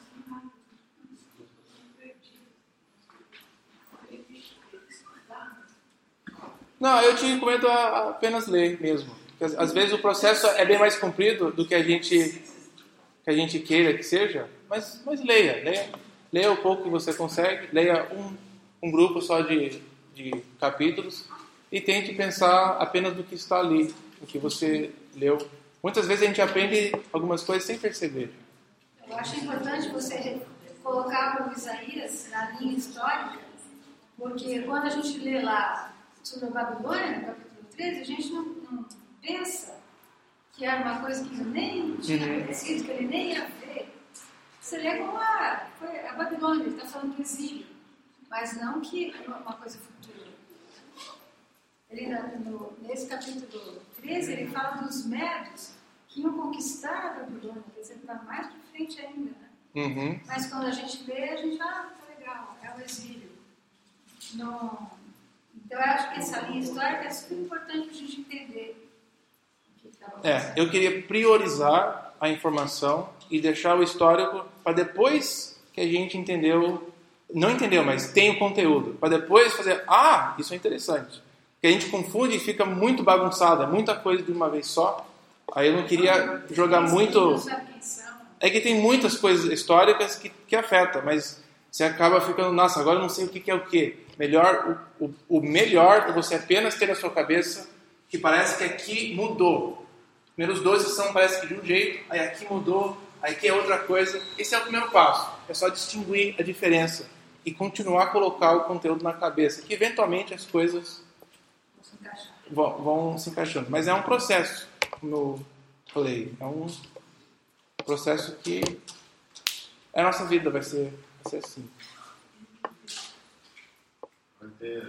Não, eu te recomendo a apenas ler mesmo. Porque, às vezes o processo é bem mais comprido do que a gente, que a gente queira que seja, mas, mas leia, leia. Leia o pouco que você consegue, leia um, um grupo só de, de capítulos e tente pensar apenas do que está ali, o que você leu. Muitas vezes a gente aprende algumas coisas sem perceber. Eu acho importante você colocar o Isaías na linha histórica, porque quando a gente lê lá sobre a Babilônia, no capítulo treze, a gente não, não pensa que era uma coisa que nem tinha Uhum. acontecido, que ele nem ia ver. Você lê como a, foi a Babilônia, ele está falando do exílio, mas não que é uma coisa futura. Ele, no, nesse capítulo treze, ele fala dos medos que iam conquistar a Babilônia, quer dizer, para mais para frente ainda. Né? Uhum. Mas quando a gente lê, a gente fala, ah, tá legal, é o exílio. Não... Então eu acho que essa linha histórica é super importante para a gente entender o que estava acontecendo. É, eu queria priorizar a informação e deixar o histórico para depois que a gente entendeu, não entendeu, mas tem o conteúdo, para depois fazer, ah, isso é interessante. Porque a gente confunde e fica muito bagunçada, muita coisa de uma vez só. Aí eu não queria jogar muito... É que tem muitas coisas históricas que, que afetam, mas você acaba ficando, nossa, agora eu não sei o que, que é o que. Melhor, o, o, o melhor é você apenas ter na sua cabeça que parece que aqui mudou. Os primeiros dois são, parece que de um jeito, aí aqui mudou, aí aqui é outra coisa. Esse é o primeiro passo. É só distinguir a diferença e continuar a colocar o conteúdo na cabeça, que eventualmente as coisas vão, vão se encaixando. Mas é um processo, como eu falei, é um processo que a nossa vida vai ser, vai ser assim. Vai ter...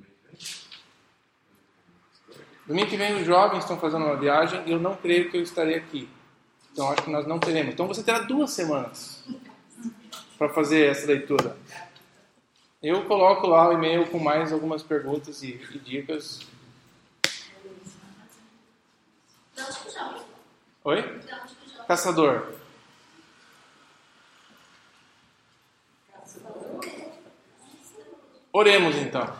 Domingo que vem os jovens estão fazendo uma viagem e eu não creio que eu estarei aqui. Então acho que nós não teremos. Então você terá duas semanas para fazer essa leitura. Eu coloco lá o e-mail com mais algumas perguntas e, e dicas. Oi? Caçador. Oremos então.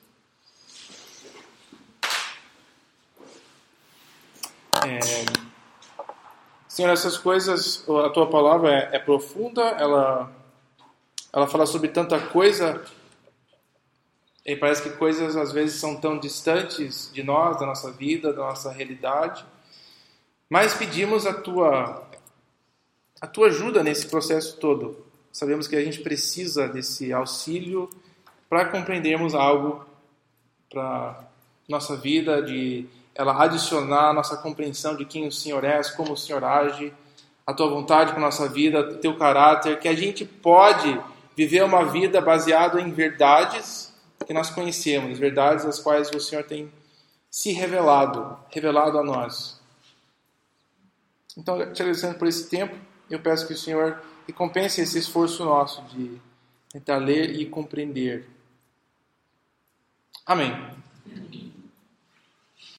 É, Senhor, essas coisas, a tua palavra é, é profunda, ela, ela fala sobre tanta coisa, e parece que coisas às vezes são tão distantes de nós, da nossa vida, da nossa realidade, mas pedimos a tua, a tua ajuda nesse processo todo. Sabemos que a gente precisa desse auxílio para compreendermos algo para nossa vida, de ela adicionar a nossa compreensão de quem o Senhor é, como o Senhor age, a tua vontade para a nossa vida, o teu caráter, que a gente pode viver uma vida baseada em verdades que nós conhecemos, verdades as quais o Senhor tem se revelado, revelado a nós. Então, te agradecendo por esse tempo, eu peço que o Senhor recompense esse esforço nosso de tentar ler e compreender. Amém.